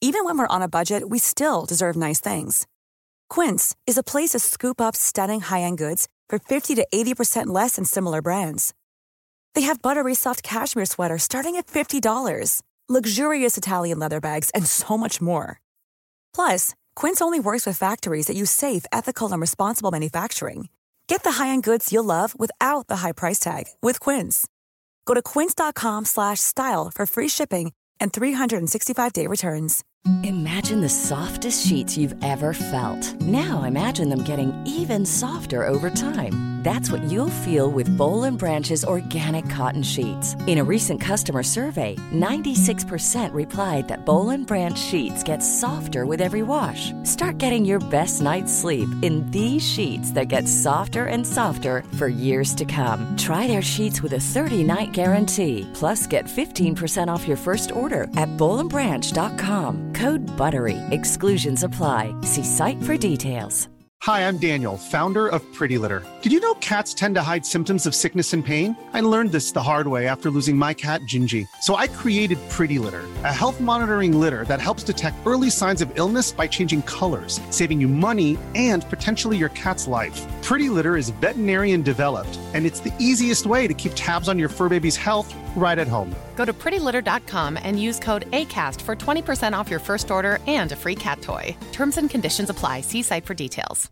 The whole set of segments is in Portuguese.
Even when we're on a budget, we still deserve nice things. Quince is a place to scoop up stunning high-end goods for 50 to 80% less than similar brands. They have buttery soft cashmere sweaters starting at $50, luxurious Italian leather bags, and so much more. Plus, Quince only works with factories that use safe, ethical, and responsible manufacturing. Get the high-end goods you'll love without the high price tag with Quince. Go to quince.com/style for free shipping and 365-day returns. Imagine the softest sheets you've ever felt. Now imagine them getting even softer over time. That's what you'll feel with Boll & Branch's organic cotton sheets. In a recent customer survey, 96% replied that Boll & Branch sheets get softer with every wash. Start getting your best night's sleep in these sheets that get softer and softer for years to come. Try their sheets with a 30-night guarantee. Plus, get 15% off your first order at bollandbranch.com. Code BUTTERY. Exclusions apply. See site for details. Hi, I'm Daniel, founder of Pretty Litter. Did you know cats tend to hide symptoms of sickness and pain? I learned this the hard way after losing my cat, Gingy. So I created Pretty Litter, a health monitoring litter that helps detect early signs of illness by changing colors, saving you money and potentially your cat's life. Pretty Litter is veterinarian developed, and it's the easiest way to keep tabs on your fur baby's health right at home. Go to prettylitter.com and use code ACAST for 20% off your first order and a free cat toy. Terms and conditions apply. See site for details.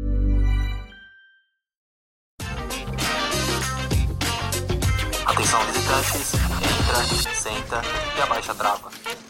Atenção visitantes, entra, senta e abaixa a trava.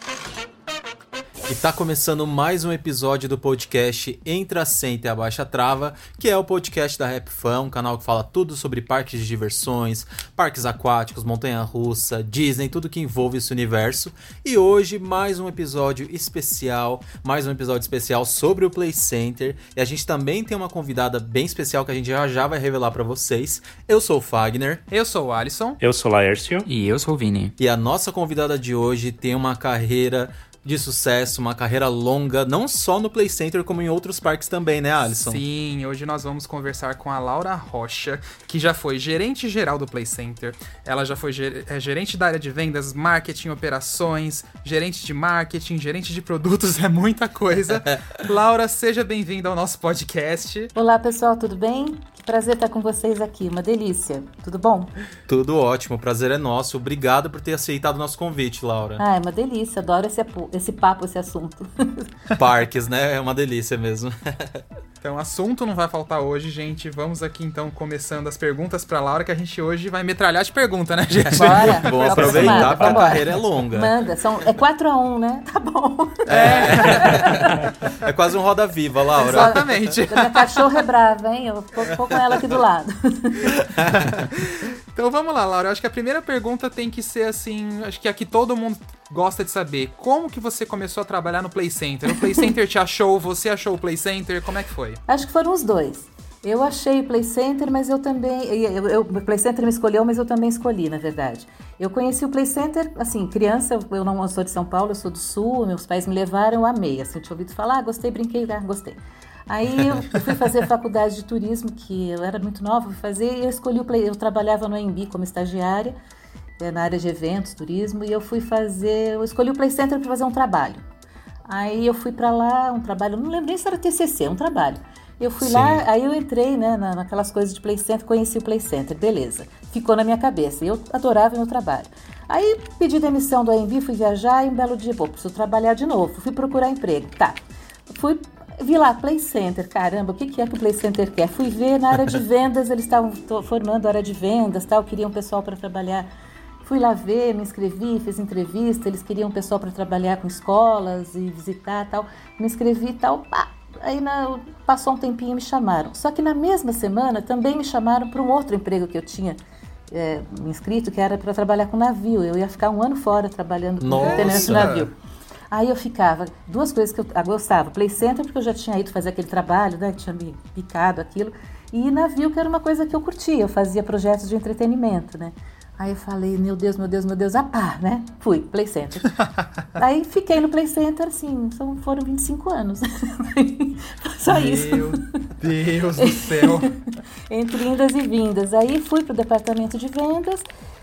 E tá começando mais um episódio do podcast Entra, Senta e Abaixa a Trava, que é o podcast da Rap Fan, um canal que fala tudo sobre parques de diversões, parques aquáticos, montanha-russa, Disney, tudo que envolve esse universo. E hoje, mais um episódio especial sobre o Play Center. E a gente também tem uma convidada bem especial que a gente já vai revelar pra vocês. Eu sou o Fagner. Eu sou o Alisson. Eu sou o Laércio. E eu sou o Vini. E a nossa convidada de hoje tem uma carreira de sucesso, uma carreira longa, não só no Play Center, como em outros parques também, né, Alisson? Sim, hoje nós vamos conversar com a Laura Rocha, que já foi gerente geral do Play Center. Ela já foi gerente da área de vendas, marketing, operações, gerente de marketing, gerente de produtos, é muita coisa. Laura, seja bem-vinda ao nosso podcast. Olá, pessoal, tudo bem? Que prazer estar com vocês aqui, uma delícia. Tudo bom? Tudo ótimo, o prazer é nosso. Obrigado por ter aceitado o nosso convite, Laura. Ah, é uma delícia, adoro esse papo, esse assunto. Parques, né? É uma delícia mesmo. Então, assunto não vai faltar hoje, gente. Vamos aqui, então, começando as perguntas pra Laura, que a gente hoje vai metralhar de pergunta, né, gente? Bora. Vou aproveitar porque a carreira é longa. Manda, é 4-1, né? Tá bom. É quase um Roda Viva, Laura. Exatamente. Minha cachorra é brava, hein? Eu tô com ela aqui do lado. Então vamos lá, Laura. Eu acho que a primeira pergunta tem que ser assim, acho que aqui todo mundo gosta de saber. Como que você começou a trabalhar no Play Center? O Play Center te achou? Você achou o Play Center? Como é que foi? Acho que foram os dois. Eu achei o Play Center, mas eu também... O Play Center me escolheu, mas eu também escolhi, na verdade. Eu conheci o Play Center, assim, criança, eu não sou de São Paulo, eu sou do Sul, meus pais me levaram, eu amei. Assim, eu tinha ouvido falar, gostei, brinquei, gostei. Aí eu fui fazer faculdade de turismo, que eu era muito nova, fui fazer, e eu escolhi o Play... Eu trabalhava no AMB como estagiária, na área de eventos, turismo, e eu escolhi o Play Center para fazer um trabalho. Aí eu fui para lá, um trabalho, não lembro nem se era TCC, um trabalho. Eu fui lá, aí eu entrei, né, naquelas coisas de Play Center, conheci o Play Center, beleza. Ficou na minha cabeça, eu adorava o meu trabalho. Aí pedi demissão do AMB, fui viajar e um belo dia, preciso trabalhar de novo, fui procurar emprego, tá. Vi lá, Play Center, caramba, o que é que o Play Center quer? Fui ver na área de vendas, eles estavam formando a área de vendas, tal, queriam pessoal para trabalhar. Fui lá ver, me inscrevi, fiz entrevista, eles queriam pessoal para trabalhar com escolas e visitar, tal. Me inscrevi e tal, pá. Aí passou um tempinho e me chamaram. Só que na mesma semana também me chamaram para um outro emprego que eu tinha me inscrito, que era para trabalhar com navio. Eu ia ficar 1 ano fora trabalhando com mantenimento de navio. Aí eu ficava, duas coisas que eu gostava, Play Center, porque eu já tinha ido fazer aquele trabalho, né, que tinha me picado aquilo, e navio, que era uma coisa que eu curtia, eu fazia projetos de entretenimento, né. Aí eu falei, meu Deus, né, fui, Play Center. Aí fiquei no Play Center, assim, foram 25 anos, só isso. Meu Deus do céu. Entre indas e vindas, aí fui pro departamento de vendas,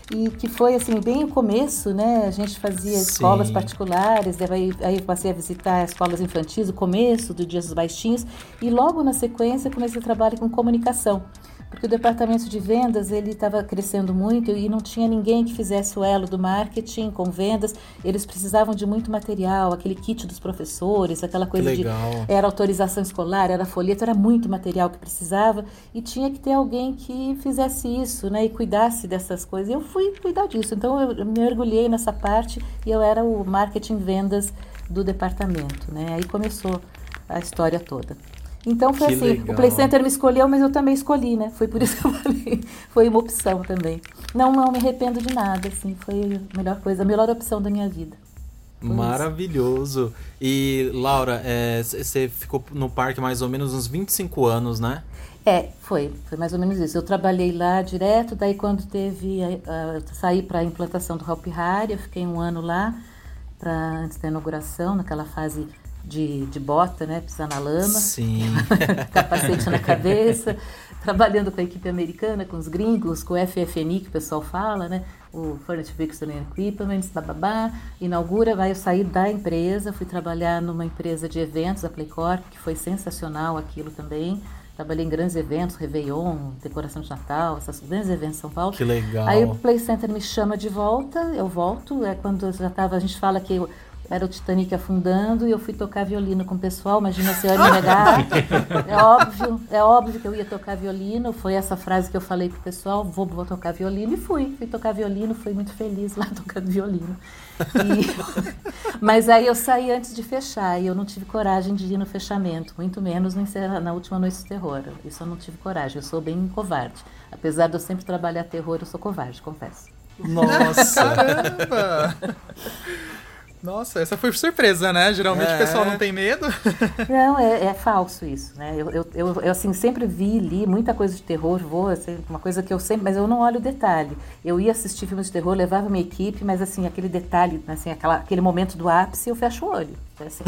e que foi assim bem o começo, né? A gente fazia escolas particulares, aí eu passei a visitar escolas infantis, o começo do Dia dos Baixinhos, e logo na sequência comecei a trabalhar com comunicação, porque o departamento de vendas ele estava crescendo muito e não tinha ninguém que fizesse o elo do marketing com vendas. Eles precisavam de muito material, aquele kit dos professores, aquela coisa era autorização escolar, era folheto, era muito material que precisava e tinha que ter alguém que fizesse isso, né, e cuidasse dessas coisas. Eu fui cuidar disso, então eu me mergulhei nessa parte e eu era o marketing vendas do departamento, né? Aí começou a história toda. Então foi assim, legal. O Play Center me escolheu, mas eu também escolhi, né? Foi por isso que eu falei, foi uma opção também. Não me arrependo de nada, assim, foi a melhor coisa, a melhor opção da minha vida. Maravilhoso. E Laura, você ficou no parque mais ou menos uns 25 anos, né? Foi mais ou menos isso. Eu trabalhei lá direto, daí quando teve, saí para a implantação do Hopi Hari, eu fiquei 1 ano lá, antes da inauguração, naquela fase de bota, né, pisar na lama, capacete na cabeça, trabalhando com a equipe americana, com os gringos, com o FFNI, que o pessoal fala, né, o Furniture Fixture and Equipment, inaugura, aí eu saí da empresa, fui trabalhar numa empresa de eventos, a Playcorp, que foi sensacional aquilo também. Trabalhei em grandes eventos, Réveillon, decoração de Natal, esses grandes eventos em São Paulo. Que legal. Aí o Play Center me chama de volta, eu volto, quando eu já estava, a gente fala que era o Titanic afundando e eu fui tocar violino com o pessoal, imagina se eu ia me negar. É óbvio que eu ia tocar violino, foi essa frase que eu falei pro pessoal, vou tocar violino, e fui tocar violino, fui muito feliz lá tocando violino. Mas aí eu saí antes de fechar e eu não tive coragem de ir no fechamento, muito menos na última Noite do Terror, isso eu não tive coragem, eu sou bem covarde. Apesar de eu sempre trabalhar terror, eu sou covarde, confesso. Nossa! Caramba! Nossa, essa foi surpresa, né? Geralmente o pessoal não tem medo. Não, é falso isso, né? Eu assim, sempre li muita coisa de terror, uma coisa que eu sempre... Mas eu não olho o detalhe. Eu ia assistir filmes de terror, levava minha equipe, mas assim, aquele detalhe, assim, aquele momento do ápice, eu fecho o olho. Assim.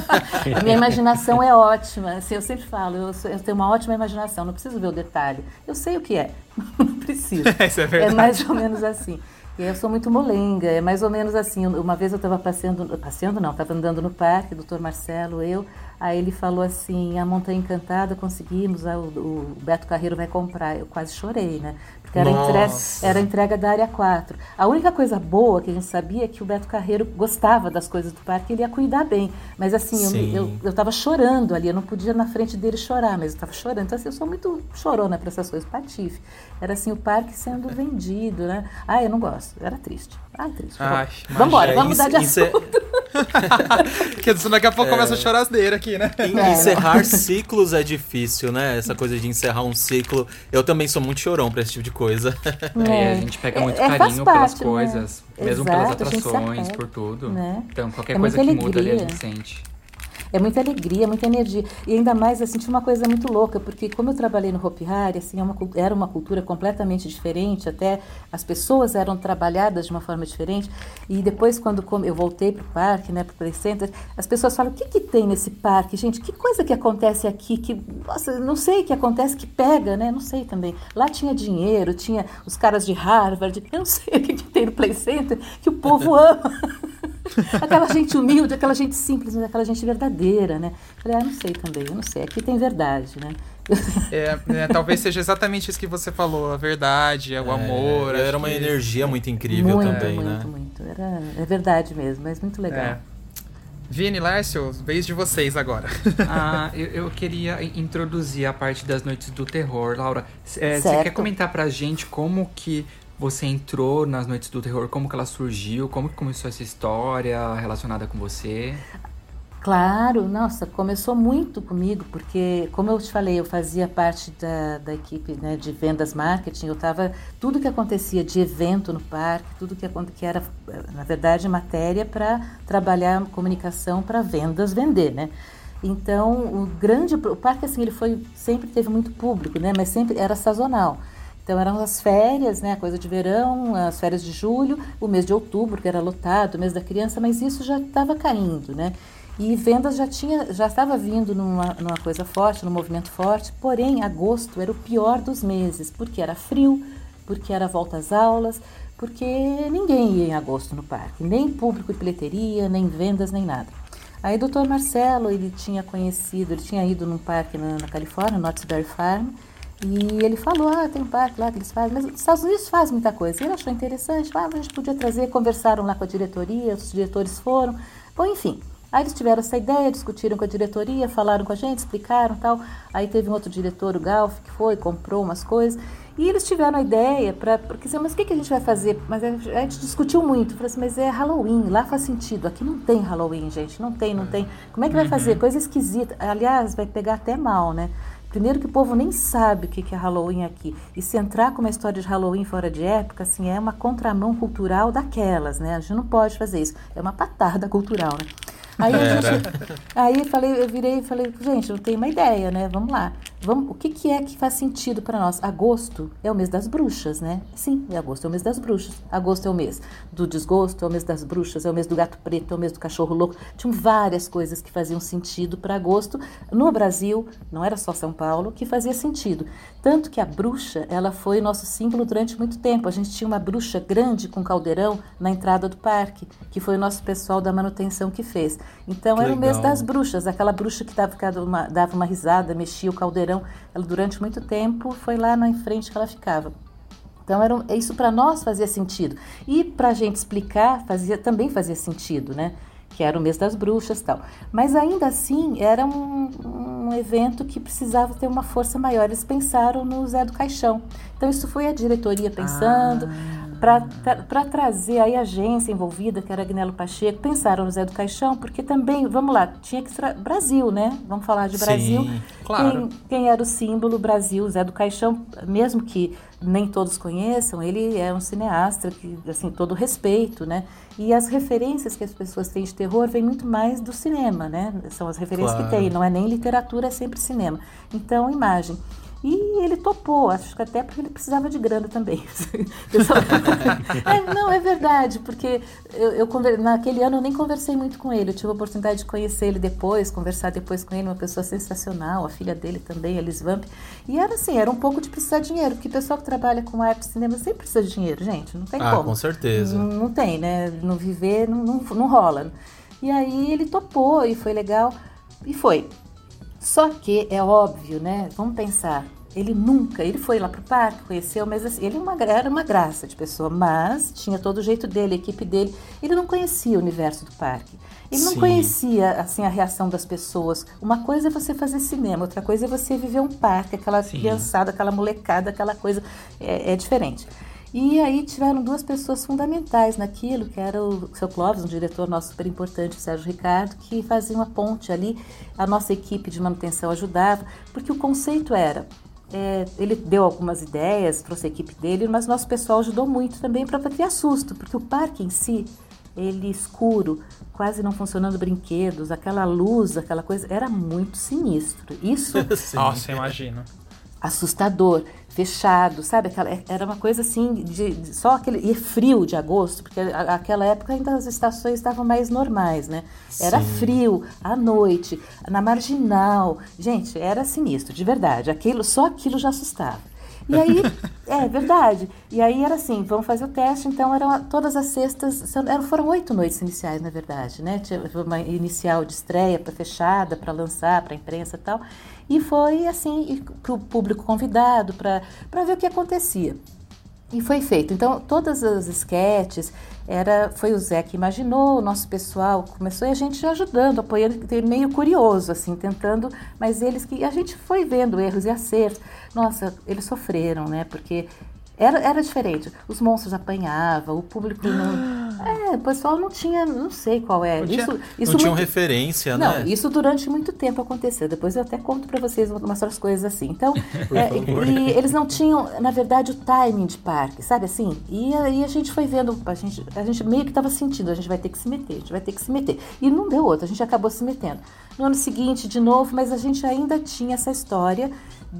A minha imaginação é ótima. Assim, eu sempre falo, eu tenho uma ótima imaginação, não preciso ver o detalhe. Eu sei o que é, não preciso. Isso é verdade. É mais ou menos assim. Eu sou muito molenga, é mais ou menos assim. Uma vez eu estava estava andando no parque, o Dr. Marcelo, aí ele falou assim, a Montanha Encantada conseguimos, o Beto Carreiro vai comprar. Eu quase chorei, né? Porque era a entrega da área 4. A única coisa boa que a gente sabia é que o Beto Carreiro gostava das coisas do parque, ele ia cuidar bem. Mas assim, eu estava chorando ali, eu não podia na frente dele chorar, mas eu estava chorando. Então assim, eu sou muito chorona para essas coisas, patife. Era assim, o parque sendo vendido, né? Eu não gosto, era triste. Triste. Vamos mudar de assunto. Porque daqui a pouco começa a choradeira aqui, né? Encerrar ciclos é difícil, né? Essa coisa de encerrar um ciclo. Eu também sou muito chorão pra esse tipo de coisa. A gente pega muito carinho pelas coisas, né? mesmo Exato, pelas atrações, por tudo. Né? Então, qualquer coisa que muda ali a gente sente. É muita alegria, muita energia. E ainda mais, assim, tinha uma coisa muito louca, porque como eu trabalhei no Hopi Hari, assim, era uma cultura completamente diferente, até as pessoas eram trabalhadas de uma forma diferente. E depois, quando eu voltei para o parque, né, para o Play Center, as pessoas falam, o que tem nesse parque? Gente, que coisa que acontece aqui, que, nossa, não sei o que acontece, que pega, né? Não sei também. Lá tinha dinheiro, tinha os caras de Harvard, eu não sei o que tem no Play Center, que o povo ama. Aquela gente humilde, aquela gente simples, aquela gente verdadeira, né? Falei, não sei também, eu não sei. Aqui tem verdade, né? Talvez seja exatamente isso que você falou, a verdade, o amor. Era uma energia muito incrível também, né? Muito. É verdade mesmo, mas muito legal. Vini, Lércio, vez de vocês agora. Eu queria introduzir a parte das Noites do Terror. Laura, você quer comentar pra gente como que você entrou nas Noites do Terror, como que ela surgiu, como que começou essa história relacionada com você? Claro, nossa, começou muito comigo, porque, como eu te falei, eu fazia parte da equipe, né, de vendas marketing, tudo que acontecia de evento no parque, tudo que era, na verdade, matéria para trabalhar comunicação para vender, né? Então, o parque, assim, sempre teve muito público, né, mas sempre era sazonal. Então eram as férias, né, a coisa de verão, as férias de julho, o mês de outubro, que era lotado, o mês da criança, mas isso já estava caindo, né? E vendas já estava vindo numa coisa forte, num movimento forte, porém agosto era o pior dos meses, porque era frio, porque era volta às aulas, porque ninguém ia em agosto no parque, nem público de bilheteria, nem vendas, nem nada. Aí o Dr. Marcelo, ele tinha ido num parque na Califórnia, Knott's Berry Farm, e ele falou, tem um parque lá que eles fazem, mas os Estados Unidos faz muita coisa. Ele achou interessante, a gente podia trazer, conversaram lá com a diretoria, os diretores foram, bom, enfim. Aí eles tiveram essa ideia, discutiram com a diretoria, falaram com a gente, explicaram e tal. Aí teve um outro diretor, o Galf, que foi, comprou umas coisas. E eles tiveram a ideia, porque assim, mas o que a gente vai fazer? Mas a gente discutiu muito, falou assim, mas é Halloween, lá faz sentido, aqui não tem Halloween, gente, não tem. Como é que vai fazer? Coisa esquisita. Aliás, vai pegar até mal, né? Primeiro que o povo nem sabe o que é Halloween aqui. E se entrar com uma história de Halloween fora de época, assim, é uma contramão cultural daquelas, né? A gente não pode fazer isso. É uma patada cultural, né? Eu virei e falei, gente, eu tenho uma ideia, né? Vamos lá. O que é que faz sentido para nós? Agosto é o mês das bruxas, né? Sim, agosto é o mês das bruxas. Agosto é o mês do desgosto, é o mês das bruxas, é o mês do gato preto, é o mês do cachorro louco. Tinham várias coisas que faziam sentido para agosto. No Brasil, não era só São Paulo, que fazia sentido. Tanto que a bruxa, ela foi nosso símbolo durante muito tempo. A gente tinha uma bruxa grande com caldeirão na entrada do parque, que foi o nosso pessoal da manutenção que fez. Então era o mês das bruxas, aquela bruxa que dava uma risada, mexia o caldeirão. Ela durante muito tempo foi lá na frente que ela ficava. Então isso para nós fazia sentido. E para a gente explicar, também fazia sentido, né? Que era o mês das bruxas e tal. Mas ainda assim, era um evento que precisava ter uma força maior. Eles pensaram no Zé do Caixão. Então isso foi a diretoria pensando... Para trazer aí a agência envolvida, que era Agnello Pacheco, pensaram no Zé do Caixão, porque também, vamos lá, tinha que Brasil, né? Vamos falar de Brasil. Sim, claro. Quem era o símbolo Brasil, Zé do Caixão, mesmo que nem todos conheçam, ele é um cineasta que, assim, todo respeito, né? E as referências que as pessoas têm de terror vêm muito mais do cinema, né? São as referências que tem, não é nem literatura, é sempre cinema. Então, imagem. E ele topou, acho que até porque ele precisava de grana também. Não, é verdade, porque naquele ano eu nem conversei muito com ele, eu tive a oportunidade de conhecer ele depois, conversar depois com ele, uma pessoa sensacional, a filha dele também, a Liz Vamp. E era assim, era um pouco de precisar de dinheiro, porque o pessoal que trabalha com arte e cinema sempre precisa de dinheiro, gente, não tem como. Com certeza. Não tem, né? Não viver, não rola. E aí ele topou e foi legal, e foi. Só que é óbvio, né? Vamos pensar, ele foi lá pro parque, conheceu, mas assim, ele era uma graça de pessoa, mas tinha todo o jeito dele, a equipe dele, ele não conhecia o universo do parque. Ele não conhecia, assim, a reação das pessoas. Uma coisa é você fazer cinema, outra coisa é você viver um parque, aquela criançada, aquela molecada, aquela coisa, é diferente. E aí tiveram duas pessoas fundamentais naquilo, que era o seu Clóvis, um diretor nosso super importante, o Sérgio Ricardo, que fazia uma ponte ali, a nossa equipe de manutenção ajudava, porque o conceito era, ele deu algumas ideias, trouxe a equipe dele, mas nosso pessoal ajudou muito também para criar susto, porque o parque em si, ele escuro, quase não funcionando brinquedos, aquela luz, aquela coisa, era muito sinistro. Isso... Nossa, imagino. Assustador, fechado, sabe? Era uma coisa assim, só aquele... E frio de agosto, porque naquela época ainda as estações estavam mais normais, né? Era frio, à noite, na Marginal. Gente, era sinistro, de verdade. Só aquilo já assustava. E aí, é verdade. E aí era assim, vamos fazer o teste, então eram todas as sextas, foram 8 noites iniciais, na verdade, né? Tinha uma inicial de estreia, fechada, para lançar, para a imprensa e tal. E foi assim, para o público convidado, para ver o que acontecia. E foi feito. Então, todas as esquetes, foi o Zé que imaginou, o nosso pessoal começou e a gente ajudando, apoiando, meio curioso, assim, tentando, mas a gente foi vendo erros e acertos. Nossa, eles sofreram, né? Porque era diferente. Os monstros apanhavam, o público não... o pessoal não tinha, não sei qual é. Não tinha referência, né? Não, isso durante muito tempo aconteceu. Depois eu até conto para vocês umas outras coisas assim. Então, e eles não tinham, na verdade, o timing de parque, sabe assim? E aí a gente foi vendo, a gente meio que estava sentindo, a gente vai ter que se meter. E não deu outra, a gente acabou se metendo. No ano seguinte, de novo, mas a gente ainda tinha essa história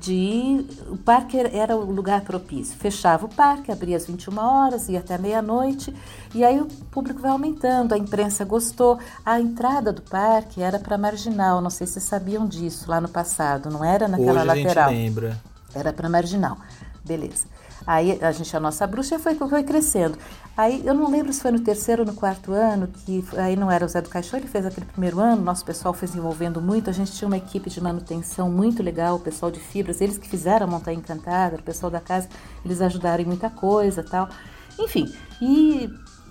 o parque era o lugar propício. Fechava o parque, abria às 21 horas, ia até meia-noite, e aí o público vai aumentando, a imprensa gostou. A entrada do parque era para Marginal, não sei se vocês sabiam disso lá no passado, não era naquela lateral. A gente lembra. Era para Marginal, beleza. Aí a nossa bruxa foi crescendo. Aí eu não lembro se foi no 3º ou no 4º ano, que aí não era o Zé do Caixão, ele fez aquele primeiro ano, nosso pessoal foi se envolvendo muito, a gente tinha uma equipe de manutenção muito legal, o pessoal de fibras, eles que fizeram a Montanha Encantada, o pessoal da casa, eles ajudaram em muita coisa e tal. Enfim, e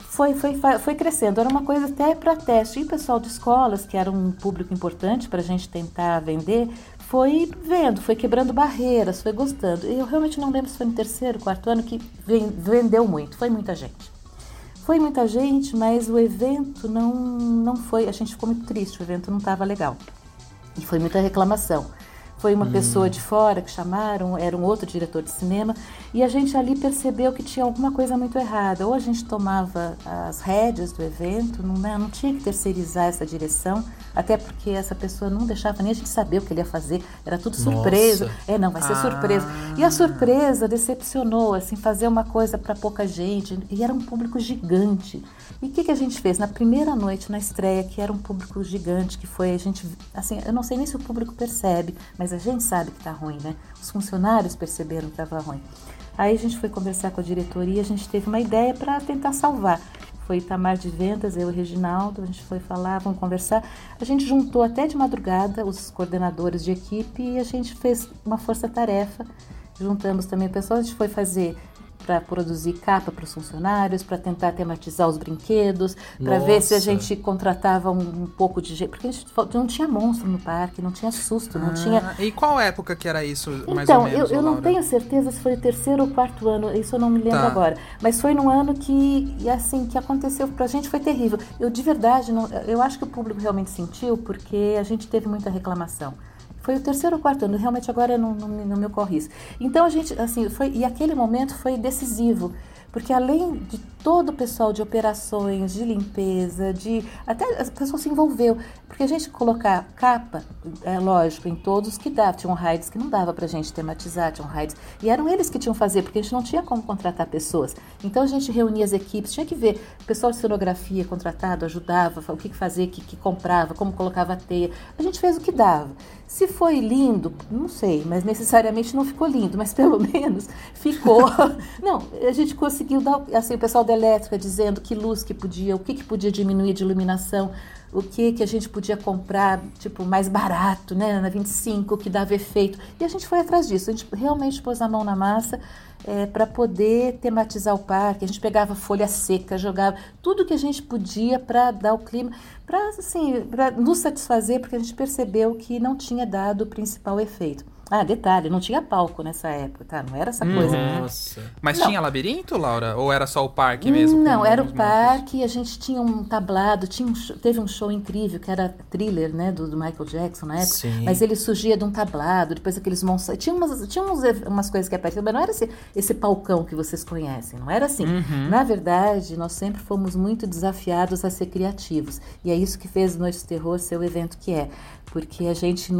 foi crescendo, era uma coisa até para teste. E o pessoal de escolas, que era um público importante para a gente tentar vender, foi vendo, foi quebrando barreiras, foi gostando. Eu realmente não lembro se foi no 3º, 4º ano que vendeu muito, foi muita gente. Foi muita gente, mas o evento não foi, a gente ficou muito triste, o evento não estava legal. E foi muita reclamação. Foi uma pessoa de fora que chamaram, era um outro diretor de cinema, e a gente ali percebeu que tinha alguma coisa muito errada. Ou a gente tomava as rédeas do evento, não tinha que terceirizar essa direção, até porque essa pessoa não deixava nem a gente saber o que ele ia fazer, era tudo surpresa. Não, vai ser surpresa. E a surpresa decepcionou, assim, fazer uma coisa para pouca gente, e era um público gigante. E o que a gente fez? Na primeira noite, na estreia, que era um público gigante, que foi a gente, assim, eu não sei nem se o público percebe, mas a gente sabe que tá ruim, né? Os funcionários perceberam que estava ruim. Aí a gente foi conversar com a diretoria, a gente teve uma ideia para tentar salvar. Foi Itamar de Vendas, eu e o Reginaldo, a gente foi falar, vamos conversar. A gente juntou até de madrugada os coordenadores de equipe e a gente fez uma força-tarefa. Juntamos também o pessoal, a gente foi fazer para produzir capa para os funcionários, para tentar tematizar os brinquedos, para ver se a gente contratava um pouco de gente, porque a gente não tinha monstro no parque, não tinha susto, não tinha... E qual época que era isso, mais então, ou menos? Eu não tenho certeza se foi o 3º ou 4º ano, isso eu não me lembro agora, mas foi num ano que aconteceu, pra gente foi terrível. Eu de verdade, eu acho que o público realmente sentiu, porque a gente teve muita reclamação. Foi o 3º ou 4º ano, realmente agora não me ocorre isso. Então a gente, assim, e aquele momento foi decisivo, porque além de todo o pessoal de operações, de limpeza, até a pessoa se envolveu, porque a gente colocar capa, lógico, em todos que dava, tinham raids que não dava pra gente tematizar, tinham raids, e eram eles que tinham que fazer, porque a gente não tinha como contratar pessoas. Então a gente reunia as equipes, tinha que ver, o pessoal de cenografia contratado ajudava, o que fazer, o que comprava, como colocava a teia, a gente fez o que dava. Se foi lindo, não sei, mas necessariamente não ficou lindo, mas pelo menos ficou. Não, a gente conseguiu dar, assim, o pessoal da elétrica dizendo que luz que podia, o que podia diminuir de iluminação, o que a gente podia comprar, tipo, mais barato, né, na 25, que dava efeito. E a gente foi atrás disso, a gente realmente pôs a mão na massa para poder tematizar o parque. A gente pegava folha seca, jogava tudo que a gente podia para dar o clima, para nos satisfazer, porque a gente percebeu que não tinha dado o principal efeito. Ah, detalhe, não tinha palco nessa época, tá? Não era essa coisa. Nossa. Mas não. Tinha labirinto, Laura? Ou era só o parque mesmo? Não, era o parque, a gente tinha um tablado, teve um show incrível, que era Thriller, né, do Michael Jackson na época. Sim. Mas ele surgia de um tablado, depois aqueles monstros... Tinha umas coisas que apareciam, mas não era esse palcão que vocês conhecem, não era assim. Na verdade, nós sempre fomos muito desafiados a ser criativos. E é isso que fez Noites do Terror ser o evento que é. Porque a gente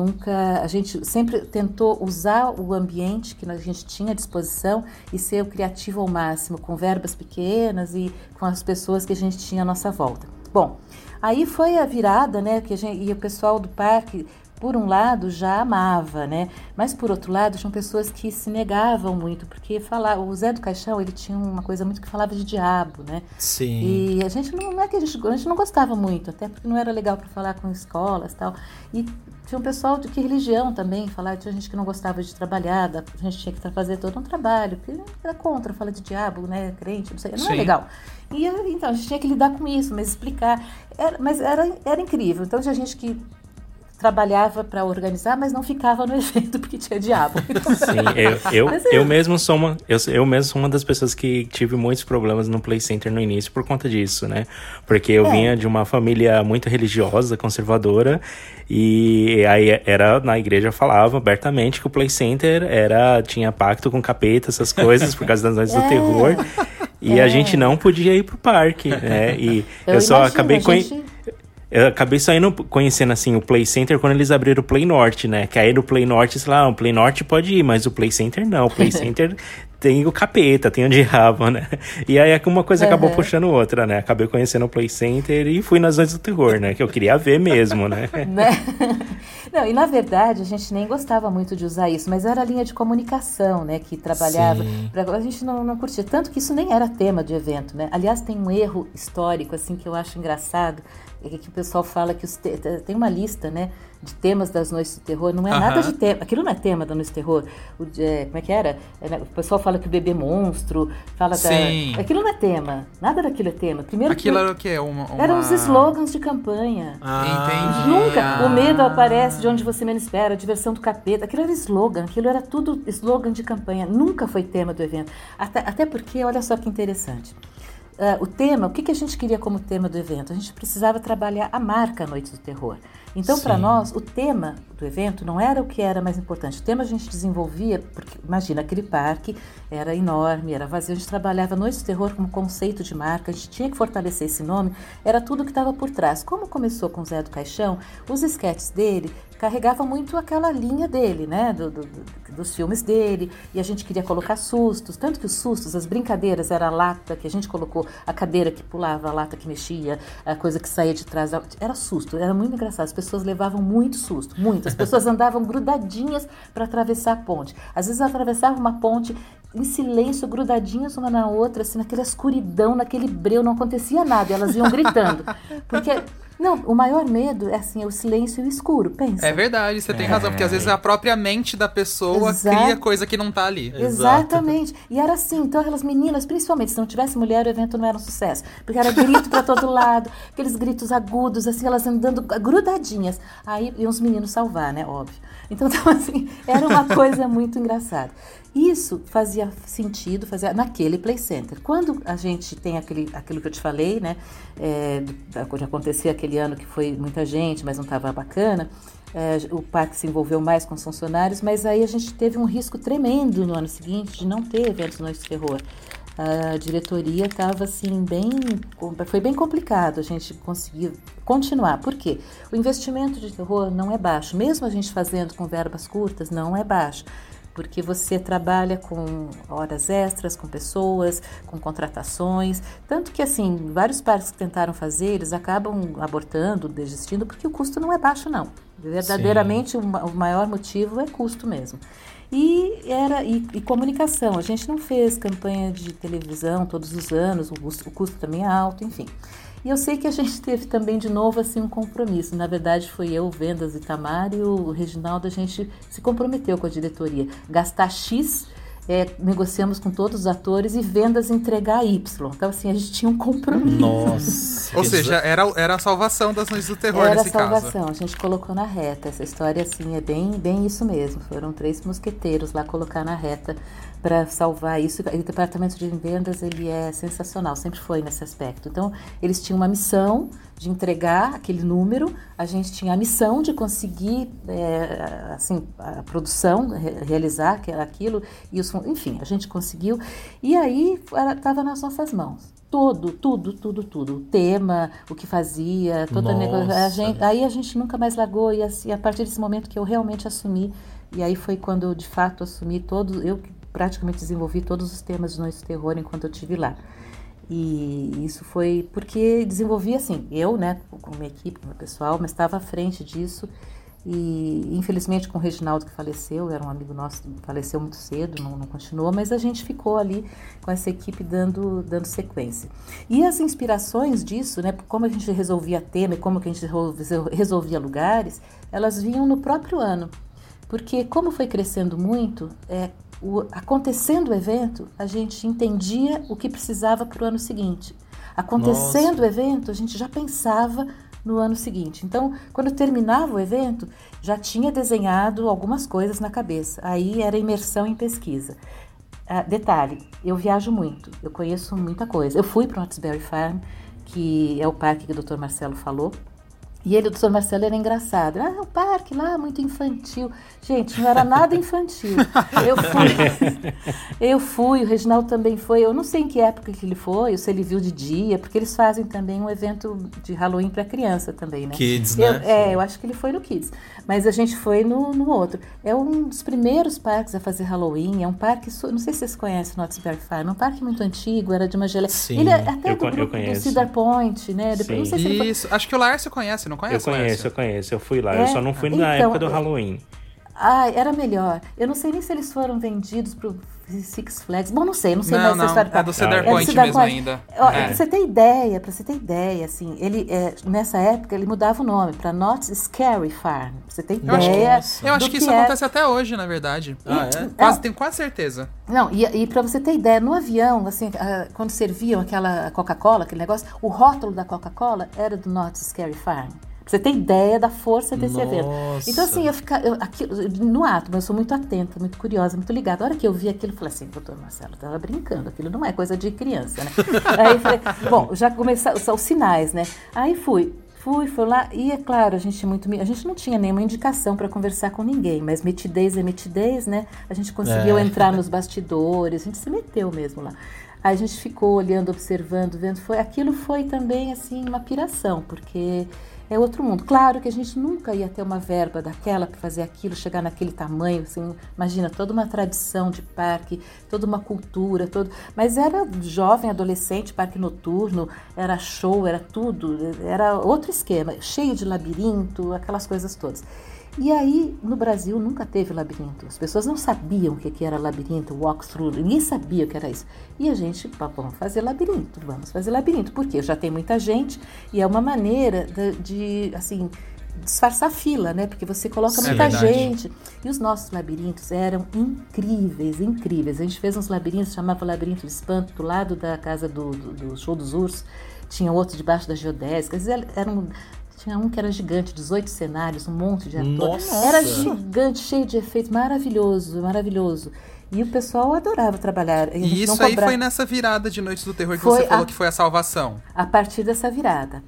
sempre tentou usar o ambiente que a gente tinha à disposição e ser o criativo ao máximo, com verbas pequenas e com as pessoas que a gente tinha à nossa volta. Bom, aí foi a virada, né, e o pessoal do parque, por um lado, já amava, né? Mas, por outro lado, tinham pessoas que se negavam muito, porque o Zé do Caixão, ele tinha uma coisa muito que falava de diabo, né? Sim. E a gente a gente não gostava muito, até porque não era legal para falar com escolas e tal. E tinha um pessoal de que religião também, tinha gente que não gostava de trabalhar, a gente tinha que fazer todo um trabalho, porque era contra, fala de diabo, né? Crente, não sei, não é legal. E então, a gente tinha que lidar com isso, mas explicar. Mas era incrível. Então, tinha gente que trabalhava para organizar, mas não ficava no evento porque tinha diabo. Sim, eu mesmo sou uma das pessoas que tive muitos problemas no Play Center no início por conta disso, né? Porque eu vinha de uma família muito religiosa, conservadora, e aí na igreja falava abertamente que o Play Center tinha pacto com capeta, essas coisas, por causa das noites do terror, e a gente não podia ir pro parque, né? E eu só acabei Eu acabei só conhecendo, assim, o Play Center quando eles abriram o Play Norte, né? Que aí no Play Norte, sei lá, o Play Norte pode ir, mas o Play Center não. O Play Center tem o capeta, tem o diabo, né? E aí uma coisa acabou puxando outra, né? Acabei conhecendo o Play Center e fui nas Noites do Terror, né? Que eu queria ver mesmo, né? Não, e na verdade a gente nem gostava muito de usar isso, mas era a linha de comunicação, né? Que trabalhava. A gente não curtia, tanto que isso nem era tema de evento, né? Aliás, tem um erro histórico, assim, que eu acho engraçado, que o pessoal fala que tem uma lista, né, de temas das Noites do Terror, não é nada de tema, aquilo não é tema da Noite do Terror, como é que era? O pessoal fala que o bebê monstro, fala aquilo não é tema, nada daquilo é tema. Primeiro aquilo era o quê? Eram os slogans de campanha. Entendi. Nunca, o medo aparece de onde você menos espera, a diversão do capeta, aquilo era slogan, aquilo era tudo slogan de campanha, nunca foi tema do evento, até porque, olha só que interessante. O tema, o que a gente queria como tema do evento? A gente precisava trabalhar a marca Noite do Terror. Então, para nós, o tema do evento não era o que era mais importante. O tema a gente desenvolvia, porque imagina, aquele parque era enorme, era vazio. A gente trabalhava Noite do Terror como conceito de marca, a gente tinha que fortalecer esse nome, era tudo que estava por trás. Como começou com o Zé do Caixão, os esquetes dele carregavam muito aquela linha dele, né, dos filmes dele, e a gente queria colocar sustos, tanto que os sustos, as brincadeiras, era a lata que a gente colocou, a cadeira que pulava, a lata que mexia, a coisa que saía de trás, era susto, era muito engraçado, as pessoas levavam muito susto, muito, as pessoas andavam grudadinhas para atravessar a ponte, às vezes atravessavam uma ponte em silêncio, grudadinhas uma na outra, assim, naquela escuridão, naquele breu, não acontecia nada, e elas iam gritando, porque... Não, o maior medo é assim, o silêncio e o escuro, pensa. É verdade, você tem razão, porque às vezes a própria mente da pessoa cria coisa que não tá ali. Exatamente. E era assim, então aquelas meninas, principalmente, se não tivesse mulher, o evento não era um sucesso. Porque era grito pra todo lado, aqueles gritos agudos, assim, elas andando grudadinhas. Aí iam os meninos salvar, né, óbvio. Então, assim, era uma coisa muito engraçada. Isso fazia sentido, naquele Play Center. Quando a gente tem aquilo que eu te falei, né, de acontecer aquele ano que foi muita gente, mas não estava bacana, o parque se envolveu mais com os funcionários, mas aí a gente teve um risco tremendo no ano seguinte de não ter eventos Noites de Terror. A diretoria estava assim, foi bem complicado a gente conseguir continuar. Por quê? O investimento de terror não é baixo, mesmo a gente fazendo com verbas curtas, não é baixo. Porque você trabalha com horas extras, com pessoas, com contratações. Tanto que, assim, vários parques que tentaram fazer, eles acabam abortando, desistindo, porque o custo não é baixo, não. Verdadeiramente, o maior motivo é custo mesmo. E comunicação. A gente não fez campanha de televisão todos os anos, o custo também é alto, enfim. E eu sei que a gente teve também, de novo, assim, um compromisso. Na verdade, foi eu, Vendas Itamar, e o Reginaldo, a gente se comprometeu com a diretoria. Gastar X, negociamos com todos os atores, e Vendas entregar Y. Então, assim, a gente tinha um compromisso. Nossa! Ou seja, era a salvação das Noites do Terror nesse caso. Era a salvação, a gente colocou na reta. Essa história, assim, é bem isso mesmo. Foram 3 mosqueteiros lá colocar na reta para salvar isso. O departamento de vendas, ele é sensacional, sempre foi nesse aspecto. Então, eles tinham uma missão de entregar aquele número, a gente tinha a missão de conseguir, a produção, realizar aquilo, e enfim, a gente conseguiu, e aí estava nas nossas mãos. Tudo. O tema, o que fazia, toda a negociação. Aí a gente nunca mais largou, e assim, a partir desse momento que eu realmente assumi, e aí foi quando eu de fato assumi eu praticamente desenvolvi todos os temas de Noites de Terror enquanto eu estive lá. E isso foi porque desenvolvi assim, eu, né, com minha equipe, com o meu pessoal, mas estava à frente disso. E infelizmente com o Reginaldo, que faleceu, era um amigo nosso, faleceu muito cedo, não continuou, mas a gente ficou ali com essa equipe dando sequência. E as inspirações disso, né, como a gente resolvia tema e como que a gente resolvia lugares, elas vinham no próprio ano. Porque como foi crescendo muito, acontecendo o evento, a gente entendia o que precisava para o ano seguinte. Acontecendo o evento, a gente já pensava no ano seguinte. Então, quando terminava o evento, já tinha desenhado algumas coisas na cabeça. Aí era imersão em pesquisa. Detalhe, eu viajo muito, eu conheço muita coisa. Eu fui para o Knott's Berry Farm, que é o parque que o Dr. Marcelo falou. E ele, o doutor Marcelo, era engraçado. O parque lá, muito infantil. Gente, não era nada infantil. Eu fui, o Reginaldo também foi. Eu não sei em que época que ele foi, ou se ele viu de dia, porque eles fazem também um evento de Halloween para criança também, né? Kids, né? Eu acho que ele foi no Kids. Mas a gente foi no outro. É um dos primeiros parques a fazer Halloween. É um parque, não sei se vocês conhecem o Knott's Berry Farm, é um parque muito antigo, era de uma geleia. Sim, ele é até do grupo do Cedar Point, né? Depois, não sei se ele Isso, acho que o Laércio conhece, não conhece? Eu conheço. Eu fui lá. Eu só não fui na época do Halloween. Era melhor. Eu não sei nem se eles foram vendidos pro Six Flags. Bom, não sei mais essa história. É do Cedar Point mesmo ainda. Pra você ter ideia, assim, ele, nessa época, ele mudava o nome pra Knott's Scary Farm. Pra você ter ideia. Eu acho que isso acontece até hoje, na verdade. Tenho quase certeza. Não, e pra você ter ideia, no avião, assim, quando serviam aquela Coca-Cola, aquele negócio, o rótulo da Coca-Cola era do Knott's Scary Farm. Pra você ter ideia da força desse evento. Então, assim, no ato, eu sou muito atenta, muito curiosa, muito ligada. A hora que eu vi aquilo, eu falei assim, doutor Marcelo, tava brincando, aquilo não é coisa de criança, né? Aí eu falei, bom, já começaram os sinais, né? Aí fui lá, e é claro, a gente não tinha nenhuma indicação para conversar com ninguém, mas metidez é metidez, né? A gente conseguiu entrar nos bastidores, a gente se meteu mesmo lá. Aí a gente ficou olhando, observando, vendo, aquilo foi também, assim, uma piração, porque é outro mundo. Claro que a gente nunca ia ter uma verba daquela para fazer aquilo, chegar naquele tamanho, assim, imagina, toda uma tradição de parque, toda uma cultura, mas era jovem, adolescente, parque noturno, era show, era tudo, era outro esquema, cheio de labirinto, aquelas coisas todas. E aí, no Brasil, nunca teve labirinto. As pessoas não sabiam o que era labirinto, walkthrough, ninguém sabia o que era isso. E a gente, vamos fazer labirinto. Por quê? Já tem muita gente e é uma maneira de assim, disfarçar a fila, né? Porque você coloca muita gente. E os nossos labirintos eram incríveis. A gente fez uns labirintos, chamava Labirinto do Espanto, do lado da casa do Show dos Ursos. Tinha outro debaixo da geodésica. Tinha um que era gigante, 18 cenários, um monte de atores. Era gigante, cheio de efeitos, maravilhoso. E o pessoal adorava trabalhar. E isso aí foi nessa virada de Noites do Terror que você falou que foi a salvação. A partir dessa virada.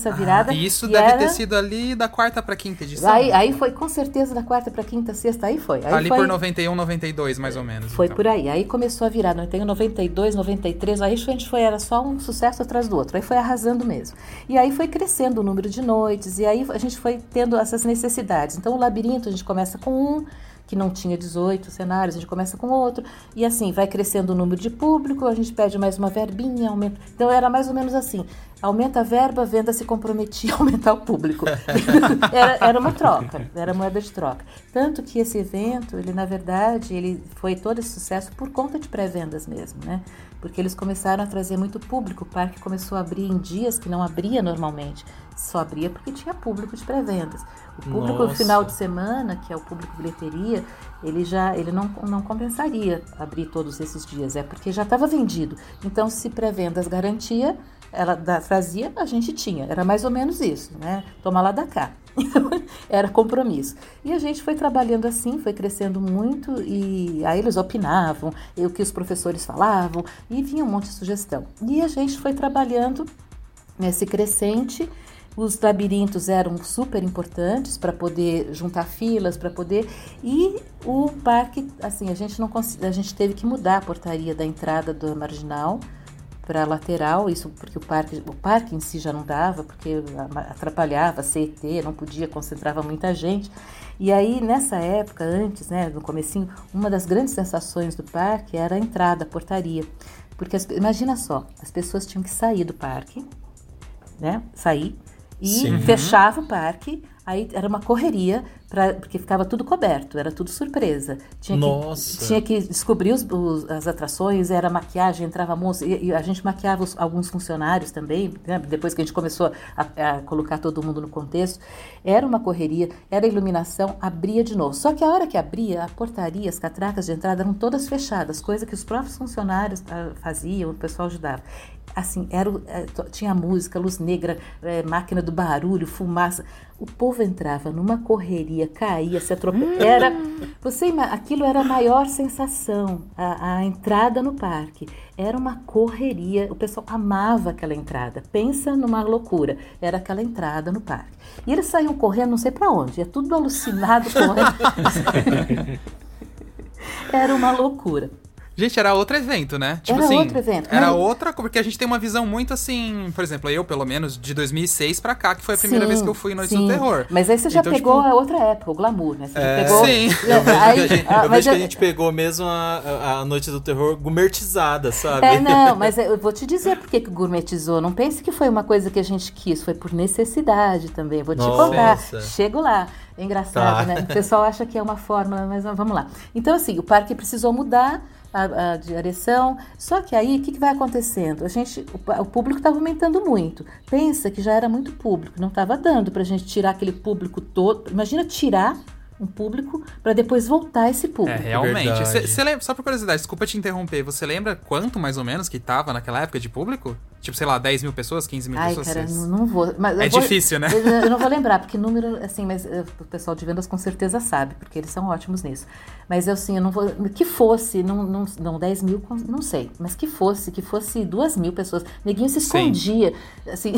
E isso deve ter sido ali da 4ª pra 5ª edição. Aí foi, com certeza, da 4ª pra 5ª, 6ª, aí foi. Ali por 91, 92, mais ou menos. Foi então. Por aí. Aí começou a virar, 91, 92, 93, aí a gente era só um sucesso atrás do outro. Aí foi arrasando mesmo. E aí foi crescendo o número de noites, e aí a gente foi tendo essas necessidades. Então o labirinto, a gente começa com que não tinha 18 cenários, a gente começa com outro, e assim, vai crescendo o número de público, a gente pede mais uma verbinha, aumenta. Então era mais ou menos assim, aumenta a verba, a venda se comprometia a aumentar o público. Era uma troca, era moeda de troca. Tanto que esse evento, ele na verdade, ele foi todo esse sucesso por conta de pré-vendas mesmo, né? Porque eles começaram a trazer muito público, o parque começou a abrir em dias que não abria normalmente, só abria porque tinha público de pré-vendas. O público no final de semana, que é o público bilheteria, ele não compensaria abrir todos esses dias, porque já estava vendido. Então, se pré-vendas garantia, ela trazia, a gente tinha. Era mais ou menos isso, né? Toma lá da cá. Era compromisso. E a gente foi trabalhando assim, foi crescendo muito, e aí eles opinavam, o que os professores falavam, e vinha um monte de sugestão. E a gente foi trabalhando nesse crescente. Os labirintos eram super importantes para poder juntar filas, para poder... E o parque, assim, a gente teve que mudar a portaria da entrada do Marginal para a lateral, isso porque o parque em si já não dava, porque atrapalhava, CET, não podia, concentrava muita gente. E aí, nessa época, antes, né, no comecinho, uma das grandes sensações do parque era a entrada, a portaria. Porque, imagina só, as pessoas tinham que sair do parque, né, e fechava o parque, aí era uma correria, porque ficava tudo coberto, era tudo surpresa. Tinha que descobrir as atrações, era maquiagem, entrava moça, e a gente maquiava alguns funcionários também, né, depois que a gente começou a colocar todo mundo no contexto. Era uma correria, era iluminação, abria de novo. Só que a hora que abria, a portaria, as catracas de entrada eram todas fechadas, coisa que os próprios funcionários faziam, o pessoal ajudava. assim, tinha música, luz negra, máquina do barulho, fumaça. O povo entrava numa correria, caía, se atropelava. Aquilo era a maior sensação, a entrada no parque. Era uma correria, o pessoal amava aquela entrada. Pensa numa loucura, era aquela entrada no parque. E eles saíam correndo não sei para onde, é tudo alucinado correndo. Era uma loucura. Gente, era outro evento, né? Tipo era assim, outro evento. Era outra, porque a gente tem uma visão muito assim, por exemplo, eu, pelo menos, de 2006 pra cá, que foi a primeira vez que eu fui em Noites do Terror. Mas aí você já pegou a outra época, o glamour, né? Você já pegou... Sim. Eu vejo que a gente pegou mesmo a Noite do Terror gourmetizada, sabe? Não, mas eu vou te dizer por que gourmetizou. Não pense que foi uma coisa que a gente quis, foi por necessidade também. Vou te contar. Chego lá. É engraçado, né? O pessoal acha que é uma fórmula, mas vamos lá. Então, assim, o parque precisou mudar a direção, só que aí o que vai acontecendo? O público estava aumentando muito. Pensa que já era muito público, não estava dando para a gente tirar aquele público todo. Imagina tirar um público para depois voltar esse público. Realmente. Você lembra, só por curiosidade, desculpa te interromper, você lembra quanto mais ou menos que tava naquela época de público? Tipo, sei lá, 10 mil pessoas, 15 mil pessoas? Ai, cara, não vou. Mas difícil, né? Eu não vou lembrar, porque número, assim, mas o pessoal de vendas com certeza sabe, porque eles são ótimos nisso. Mas eu não vou. Que fosse, não 10 mil, não sei, mas que fosse 2 mil pessoas. Neguinho se escondia, assim.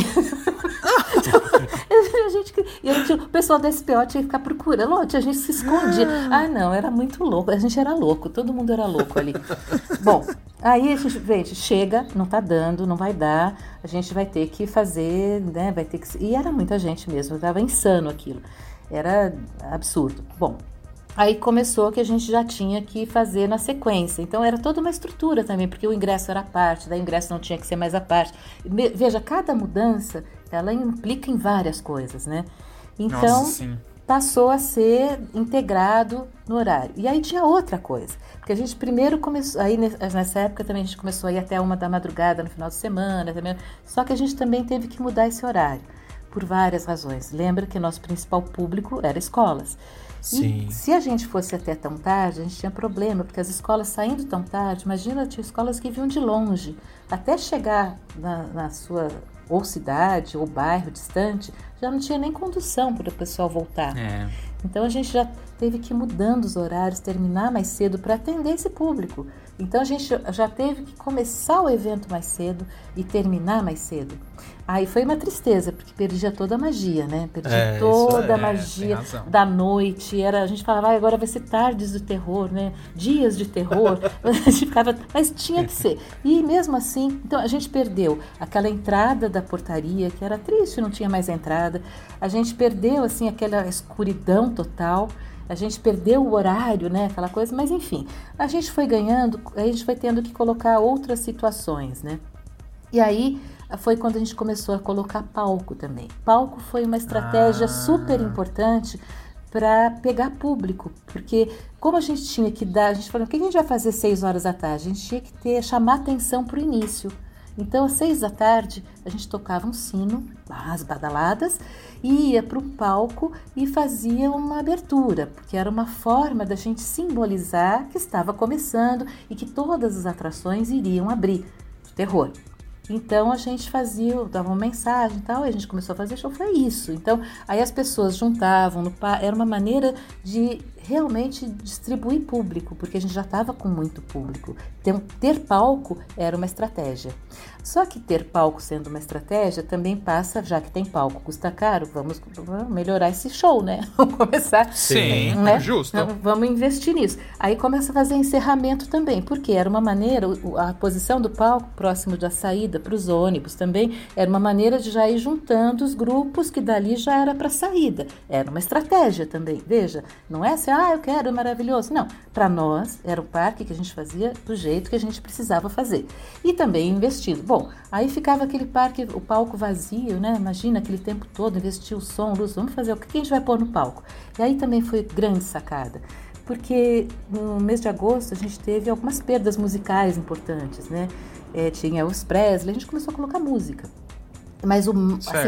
O pessoal da SPO tinha que ficar procurando, a gente se escondia. Não, era muito louco, a gente era louco, todo mundo era louco ali. Bom, aí a gente chega, não tá dando, não vai dar, a gente vai ter que fazer, né, e era muita gente mesmo, tava insano aquilo, era absurdo. Bom, aí começou que a gente já tinha que fazer na sequência, então era toda uma estrutura também, porque o ingresso era à parte, daí o ingresso não tinha que ser mais à parte. Veja, cada mudança, ela implica em várias coisas, né? Então, passou a ser integrado no horário. E aí tinha outra coisa, porque a gente primeiro começou, aí nessa época também a gente começou a ir até 1h da madrugada no final de semana, também, só que a gente também teve que mudar esse horário, por várias razões. Lembra que nosso principal público era escolas. Sim. E se a gente fosse até tão tarde, a gente tinha problema, porque as escolas saindo tão tarde, imagina, tinha escolas que vinham de longe, até chegar na sua ou cidade ou bairro distante, já não tinha nem condução para o pessoal voltar. Então a gente já teve que ir mudando os horários, terminar mais cedo para atender esse público. Então a gente já teve que começar o evento mais cedo e terminar mais cedo. Aí foi uma tristeza, porque perdia toda a magia, né? Perdia toda a magia da noite. A gente falava, agora vai ser tardes do terror, né? Dias de terror. A gente ficava, mas tinha que ser. E mesmo assim, então a gente perdeu aquela entrada da portaria, que era triste, não tinha mais entrada. A gente perdeu, assim, aquela escuridão total. A gente perdeu o horário, né? Aquela coisa, mas enfim. A gente foi ganhando, a gente foi tendo que colocar outras situações, né? E aí foi quando a gente começou a colocar palco também. Palco foi uma estratégia super importante para pegar público, porque como a gente tinha que dar, a gente falou, o que a gente vai fazer 6h da tarde? A gente tinha que chamar atenção para o início. Então, às 6h a gente tocava um sino, as badaladas, e ia para o palco e fazia uma abertura, porque era uma forma da gente simbolizar que estava começando e que todas as atrações iriam abrir de terror. Então a gente dava uma mensagem e tal, e a gente começou a fazer show, foi isso. Então aí as pessoas juntavam, era uma maneira de realmente distribuir público, porque a gente já estava com muito público. Então ter palco era uma estratégia. Só que ter palco sendo uma estratégia também passa, já que tem palco, custa caro, vamos melhorar esse show, né? Vamos começar. Sim, né? Justo. Vamos investir nisso. Aí começa a fazer encerramento também, porque era uma maneira, a posição do palco próximo da saída para os ônibus também, era uma maneira de já ir juntando os grupos que dali já era para saída. Era uma estratégia também, veja, não é assim, eu quero, é maravilhoso. Não, para nós era o parque que a gente fazia do jeito que a gente precisava fazer. E também investindo. Bom, aí ficava aquele parque, o palco vazio, né? Imagina aquele tempo todo, investir o som, luz, vamos fazer o que a gente vai pôr no palco? E aí também foi grande sacada, porque no mês de agosto a gente teve algumas perdas musicais importantes, né? Tinha os Presley, a gente começou a colocar música. Mas o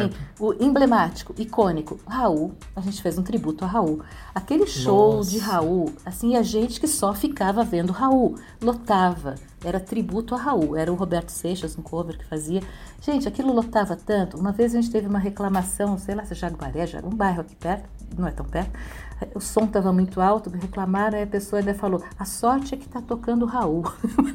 emblemático, icônico, Raul, a gente fez um tributo a Raul. Aquele show de Raul, assim, a gente que só ficava vendo Raul, lotava. era tributo a Raul, era o Roberto Seixas, um cover que fazia. Gente, aquilo lotava tanto. Uma vez a gente teve uma reclamação, sei lá se é Jaguaré, um bairro aqui perto, não é tão perto, o som estava muito alto, reclamaram, aí a pessoa ainda falou, a sorte é que está tocando Raul.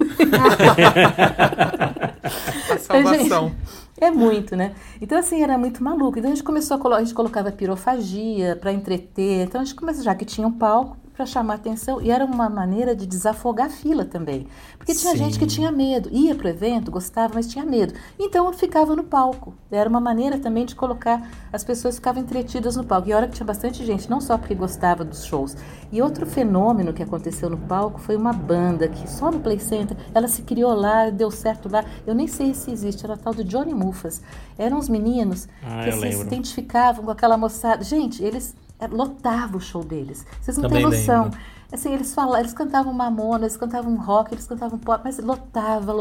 A salvação. É muito, né? Então, assim, era muito maluco. Então, a gente começou a gente colocava pirofagia para entreter. Então, a gente começou, já que tinha um palco, para chamar atenção. E era uma maneira de desafogar a fila também. Porque tinha gente que tinha medo. Ia pro evento, gostava, mas tinha medo. Então, eu ficava no palco. Era uma maneira também de colocar... As pessoas ficavam entretidas no palco. E a hora que tinha bastante gente, não só porque gostava dos shows. E outro fenômeno que aconteceu no palco foi uma banda que só no Play Center, ela se criou lá, deu certo lá. Eu nem sei se existe, era tal do Johnny Mufas. Eram uns meninos que assim, se identificavam com aquela moçada. Gente, eles lotavam o show deles. Vocês não têm noção. Lembro. Assim, eles cantavam Mamona, eles cantavam rock, eles cantavam pop, mas lotava.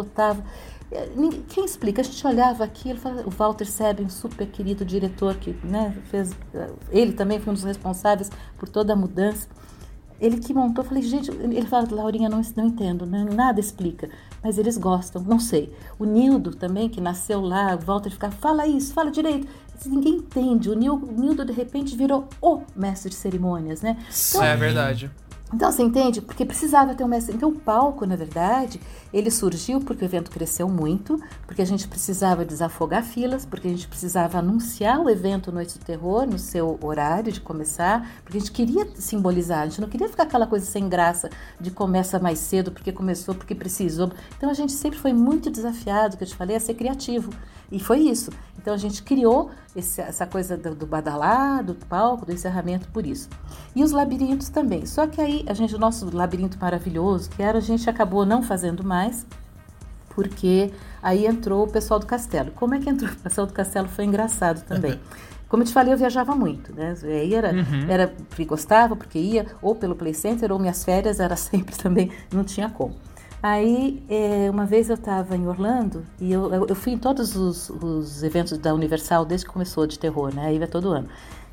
Quem explica? A gente olhava aquilo, o Walter Sebe, um super querido diretor que, né, fez, ele também foi um dos responsáveis por toda a mudança. Ele que montou, eu falei, gente, ele fala, Laurinha, não entendo, nada explica, mas eles gostam, não sei. O Nildo também, que nasceu lá, o Walter ficava, fala isso, fala direito. Ninguém entende, o Nildo de repente virou o mestre de cerimônias, né? Então, é verdade. Então, você entende? Porque precisava ter um mestre. Então, o palco, na verdade, ele surgiu porque o evento cresceu muito, porque a gente precisava desafogar filas, porque a gente precisava anunciar o evento Noite do Terror no seu horário de começar, porque a gente queria simbolizar, a gente não queria ficar aquela coisa sem graça de começa mais cedo, porque começou, porque precisou. Então, a gente sempre foi muito desafiado, que eu te falei, a ser criativo. E foi isso. Então, a gente criou essa coisa do badalá, do palco, do encerramento por isso. E os labirintos também. Só que aí, o nosso labirinto maravilhoso, que era, a gente acabou não fazendo mais, porque aí entrou o pessoal do Castelo. Como é que entrou? O pessoal do Castelo foi engraçado também. Como eu te falei, eu viajava muito, né? Aí era porque gostava, porque ia, ou pelo Play Center, ou minhas férias era sempre também, não tinha como. Aí, uma vez eu estava em Orlando e eu fui em todos os eventos da Universal desde que começou de terror, né? Aí vai todo ano.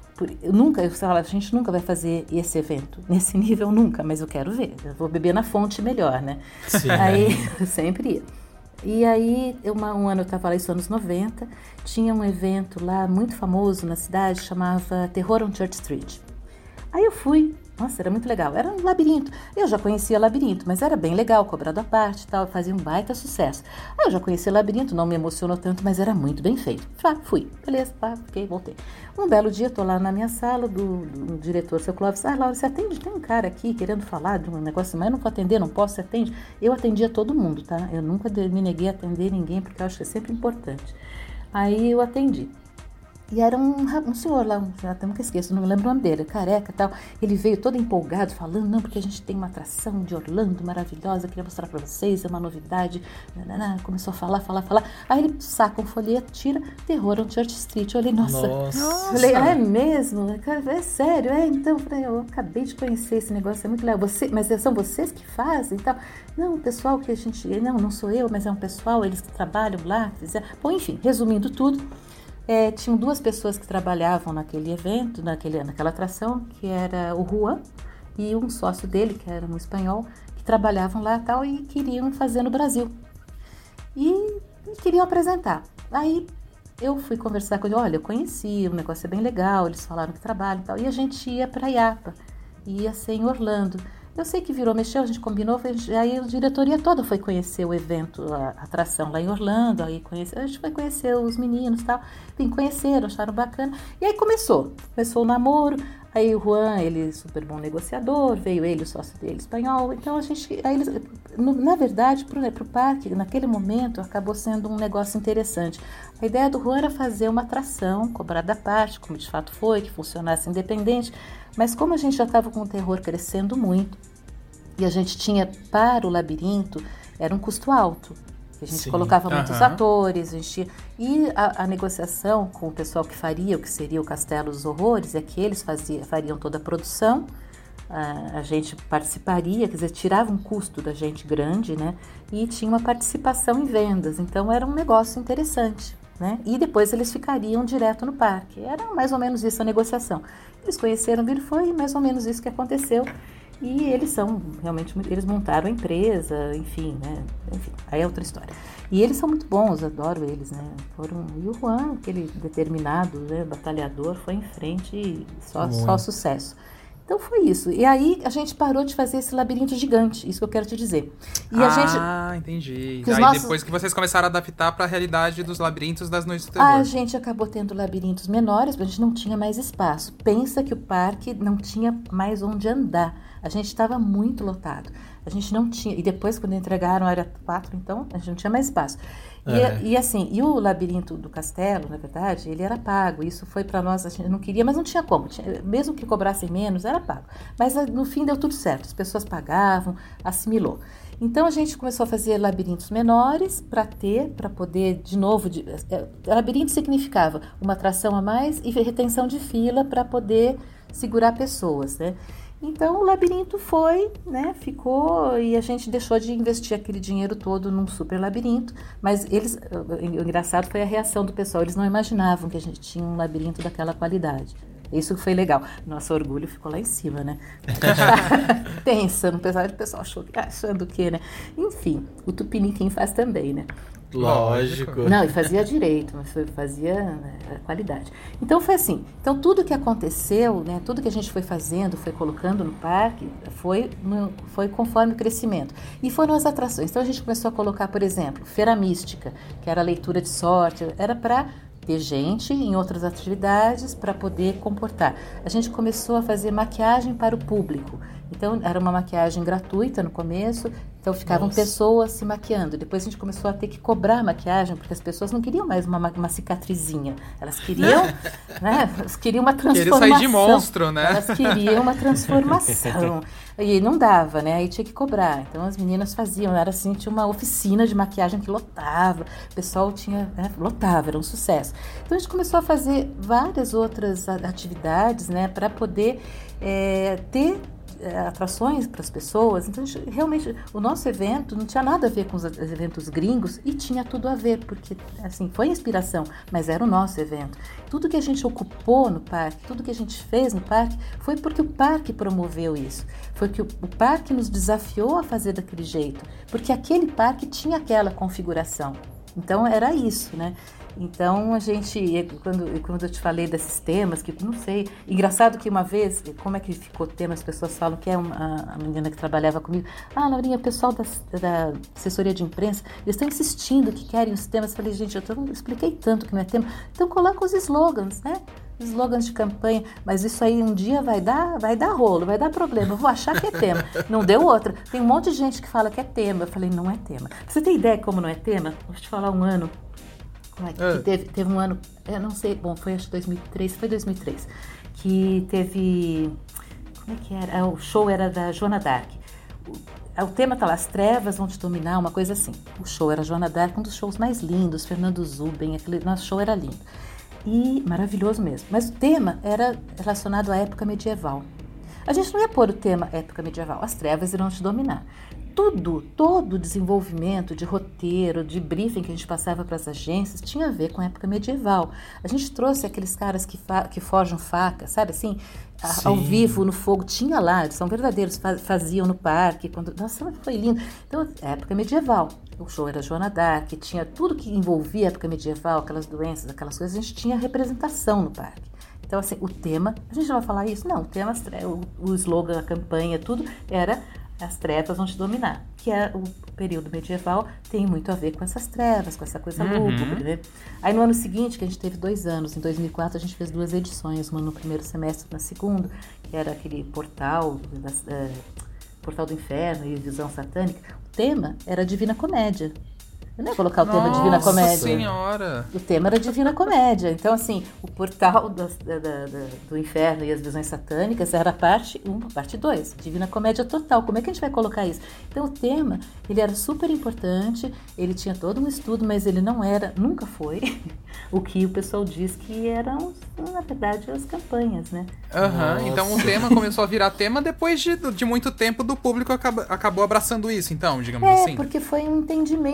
Eu falo, a gente nunca vai fazer esse evento, nesse nível nunca, mas eu quero ver. Eu vou beber na fonte melhor, né? Sim. Aí, eu sempre ia. E aí, um ano eu estava lá, isso anos 90, tinha um evento lá muito famoso na cidade, chamava Terror on Church Street. Aí eu fui. Nossa, era muito legal. Era um labirinto. Eu já conhecia labirinto, mas era bem legal, cobrado à parte e tal. Fazia um baita sucesso. Aí eu já conhecia labirinto, não me emocionou tanto, mas era muito bem feito. Fui. Beleza, fiquei, voltei. Um belo dia, tô lá na minha sala, do diretor, seu Clóvis. Laura, você atende? Tem um cara aqui querendo falar de um negócio, mas eu não vou atender, não posso, você atende? Eu atendia todo mundo, tá? Eu nunca me neguei a atender ninguém, porque eu acho que é sempre importante. Aí eu atendi. E era um senhor lá, até nunca esqueço, não me lembro o nome dele, careca e tal. Ele veio todo empolgado, falando, não, porque a gente tem uma atração de Orlando maravilhosa, queria mostrar pra vocês, é uma novidade. Começou a falar. Aí ele saca um folheto, tira, Terror on Church Street. Eu olhei, nossa. Falei, é mesmo? É sério? Então, eu acabei de conhecer esse negócio, é muito legal. Mas são vocês que fazem e tal? Não, o pessoal que a gente... Não sou eu, mas é um pessoal, eles que trabalham lá, fizeram... Bom, enfim, resumindo tudo, tinham duas pessoas que trabalhavam naquele evento, naquela atração, que era o Juan e um sócio dele, que era um espanhol, que trabalhavam lá e tal e queriam fazer no Brasil. E queriam apresentar. Aí eu fui conversar com ele, olha, eu conheci, o negócio é bem legal, eles falaram que trabalham e tal. E a gente ia para Iapa, ia ser em Orlando. Eu sei que mexeu, a gente combinou, aí a diretoria toda foi conhecer o evento, a atração lá em Orlando, aí a gente foi conhecer os meninos e tal, enfim, conheceram, acharam bacana, e aí começou o namoro, aí o Juan, ele super bom negociador, veio ele, o sócio dele, espanhol, então na verdade, pro parque, naquele momento, acabou sendo um negócio interessante. A ideia do Juan era fazer uma atração, cobrada à parte, como de fato foi, que funcionasse independente, mas como a gente já estava com o terror crescendo muito, e a gente tinha para o labirinto, era um custo alto. A gente colocava muitos atores, e a negociação com o pessoal que faria o que seria o Castelo dos Horrores, é que eles fariam toda a produção, a gente participaria, quer dizer, tirava um custo da gente grande, né? E tinha uma participação em vendas, então era um negócio interessante, né? E depois eles ficariam direto no parque. Era mais ou menos isso a negociação. Eles conheceram, viram, foi mais ou menos isso que aconteceu. E eles são realmente, eles montaram a empresa, enfim, né? Enfim, aí é outra história. E eles são muito bons, adoro eles, né? E o Juan, aquele determinado, né, batalhador, foi em frente e só sucesso. Então foi isso. E aí a gente parou de fazer esse labirinto gigante, isso que eu quero te dizer. E entendi. Aí depois que vocês começaram a adaptar para a realidade dos labirintos das noites do terror. A gente acabou tendo labirintos menores, porque a gente não tinha mais espaço. Pensa que o parque não tinha mais onde andar. A gente estava muito lotado. A gente não tinha... E depois, quando entregaram, era 4, então a gente não tinha mais espaço. E o labirinto do castelo, na verdade, ele era pago. Isso foi para nós, a gente não queria, mas não tinha como. Mesmo que cobrassem menos, era pago. Mas no fim deu tudo certo. As pessoas pagavam, assimilou. Então a gente começou a fazer labirintos menores para poder, de novo... labirinto significava uma atração a mais e retenção de fila para poder segurar pessoas, né? Então o labirinto foi, né, ficou, e a gente deixou de investir aquele dinheiro todo num super labirinto, mas o engraçado foi a reação do pessoal, eles não imaginavam que a gente tinha um labirinto daquela qualidade. Isso foi legal. Nosso orgulho ficou lá em cima, né? Tensa, no pessoal, o pessoal achando o quê, né? Enfim, o Tupiniquim faz também, né? Lógico. Não, e fazia direito, mas fazia, né, qualidade. Então foi assim. Então tudo que aconteceu, né, tudo que a gente foi fazendo, foi colocando no parque, foi conforme o crescimento. E foram as atrações. Então a gente começou a colocar, por exemplo, Feira Mística, que era a leitura de sorte, era para ter gente em outras atividades para poder comportar. A gente começou a fazer maquiagem para o público. Então, era uma maquiagem gratuita no começo, então ficavam pessoas se maquiando. Depois a gente começou a ter que cobrar a maquiagem, porque as pessoas não queriam mais uma cicatrizinha. Elas queriam, né? Elas queriam uma transformação. Queriam sair de monstro, né? Elas queriam uma transformação. E não dava, né? Aí tinha que cobrar. Então as meninas faziam, era assim, tinha uma oficina de maquiagem que lotava. O pessoal tinha, né, lotava, era um sucesso. Então a gente começou a fazer várias outras atividades, né? Para poder ter atrações para as pessoas. Então, realmente, o nosso evento não tinha nada a ver com os eventos gringos e tinha tudo a ver, porque, assim, foi inspiração, mas era o nosso evento. Tudo que a gente ocupou no parque, tudo que a gente fez no parque, foi porque o parque promoveu isso. Foi que o parque nos desafiou a fazer daquele jeito, porque aquele parque tinha aquela configuração. Então, era isso, né? Então, a gente, quando eu te falei desses temas, que não sei, engraçado que uma vez, como é que ficou o tema, as pessoas falam que a menina que trabalhava comigo, Laurinha, o pessoal da assessoria de imprensa, eles estão insistindo que querem os temas. Eu falei, gente, eu expliquei tanto que não é tema, então coloca os slogans, né? Slogans de campanha, mas isso aí um dia vai dar rolo, vai dar problema, eu vou achar que é tema. Não deu outra. Tem um monte de gente que fala que é tema. Eu falei, não é tema. Você tem ideia como não é tema? Vou te falar um ano. Teve um ano, eu não sei, bom, foi acho que 2003, que teve, como é que era? O show era da Joana d'Arc. O tema tá lá, as trevas vão te dominar, uma coisa assim. O show era Joana d'Arc, um dos shows mais lindos, Fernando Zuben, nosso show era lindo. E maravilhoso mesmo. Mas o tema era relacionado à época medieval. A gente não ia pôr o tema época medieval, as trevas irão te dominar. Todo o desenvolvimento de roteiro, de briefing que a gente passava para as agências tinha a ver com a época medieval. A gente trouxe aqueles caras que forjam faca, sabe assim, ao vivo, no fogo, tinha lá, eles são verdadeiros, faziam no parque. Nossa, foi lindo. Então, época medieval. O show era Joana d'Arc, tinha tudo que envolvia a época medieval, aquelas doenças, aquelas coisas, a gente tinha representação no parque. Então, assim, o tema, a gente não vai falar isso? Não, o tema, o slogan, a campanha, tudo era as trevas vão te dominar, que é o período medieval, tem muito a ver com essas trevas, com essa coisa lúgubre, né? Aí no ano seguinte, que a gente teve 2 anos, em 2004 a gente fez 2 edições, uma no primeiro semestre e na segunda, que era aquele portal do Inferno e Visão Satânica. O tema era Divina Comédia. Eu não ia colocar o tema Divina Comédia. Nossa Senhora! O tema era Divina Comédia. Então, assim, o portal do Inferno e as Visões Satânicas era a parte 1, parte 2. Divina Comédia total. Como é que a gente vai colocar isso? Então, o tema, ele era super importante, ele tinha todo um estudo, mas ele nunca foi o que o pessoal diz que eram, na verdade, as campanhas, né? Então, o tema começou a virar tema depois de muito tempo do público acabou abraçando isso, então, digamos assim. Porque foi um entendimento que isso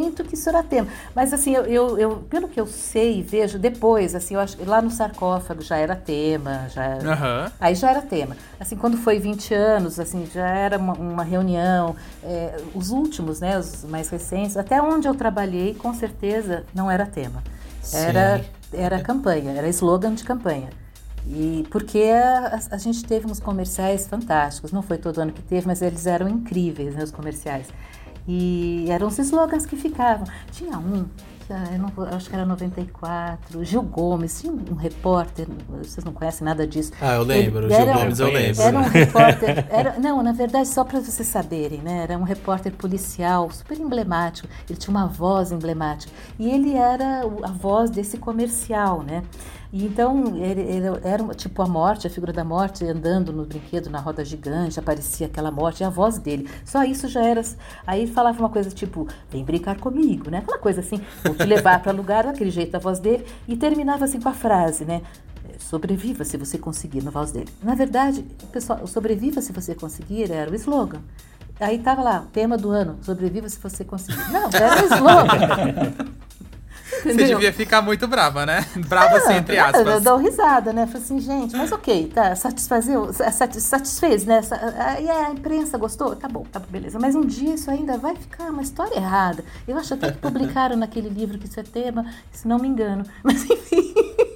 era tema. Mas assim, eu pelo que eu sei e vejo depois, assim, eu acho que lá no sarcófago já era tema, aí já era tema. Assim, quando foi 20 anos, assim, já era uma reunião, os últimos, né, os mais recentes, até onde eu trabalhei, com certeza não era tema. Era campanha, era slogan de campanha. E porque a gente teve uns comerciais fantásticos, não foi todo ano que teve, mas eles eram incríveis, né, os comerciais. E eram os slogans que ficavam. Tinha um, eu acho que era 94, Gil Gomes, tinha um repórter, vocês não conhecem nada disso. Eu lembro, Gil Gomes eu lembro. Era um repórter, não, na verdade, só para vocês saberem, né, era um repórter policial, super emblemático, ele tinha uma voz emblemática, e ele era a voz desse comercial, né. E então, ele era tipo a morte, a figura da morte, andando no brinquedo, na roda gigante, aparecia aquela morte, e a voz dele. Só isso já era... Aí falava uma coisa tipo, vem brincar comigo, né? Aquela coisa assim, vou te levar para lugar, daquele jeito a voz dele, e terminava assim com a frase, né? Sobreviva se você conseguir, na voz dele. Na verdade, pessoal, sobreviva se você conseguir era o slogan. Aí tava lá, tema do ano, sobreviva se você conseguir. Não, era o slogan. Entendeu? Você devia ficar muito brava, né? Brava assim, entre aspas. Eu dou risada, né? Falei assim, gente, mas ok, tá, satisfez, né? Aí a imprensa gostou? Tá bom, beleza. Mas um dia isso ainda vai ficar uma história errada. Eu acho até que publicaram naquele livro que isso é tema, se não me engano. Mas enfim...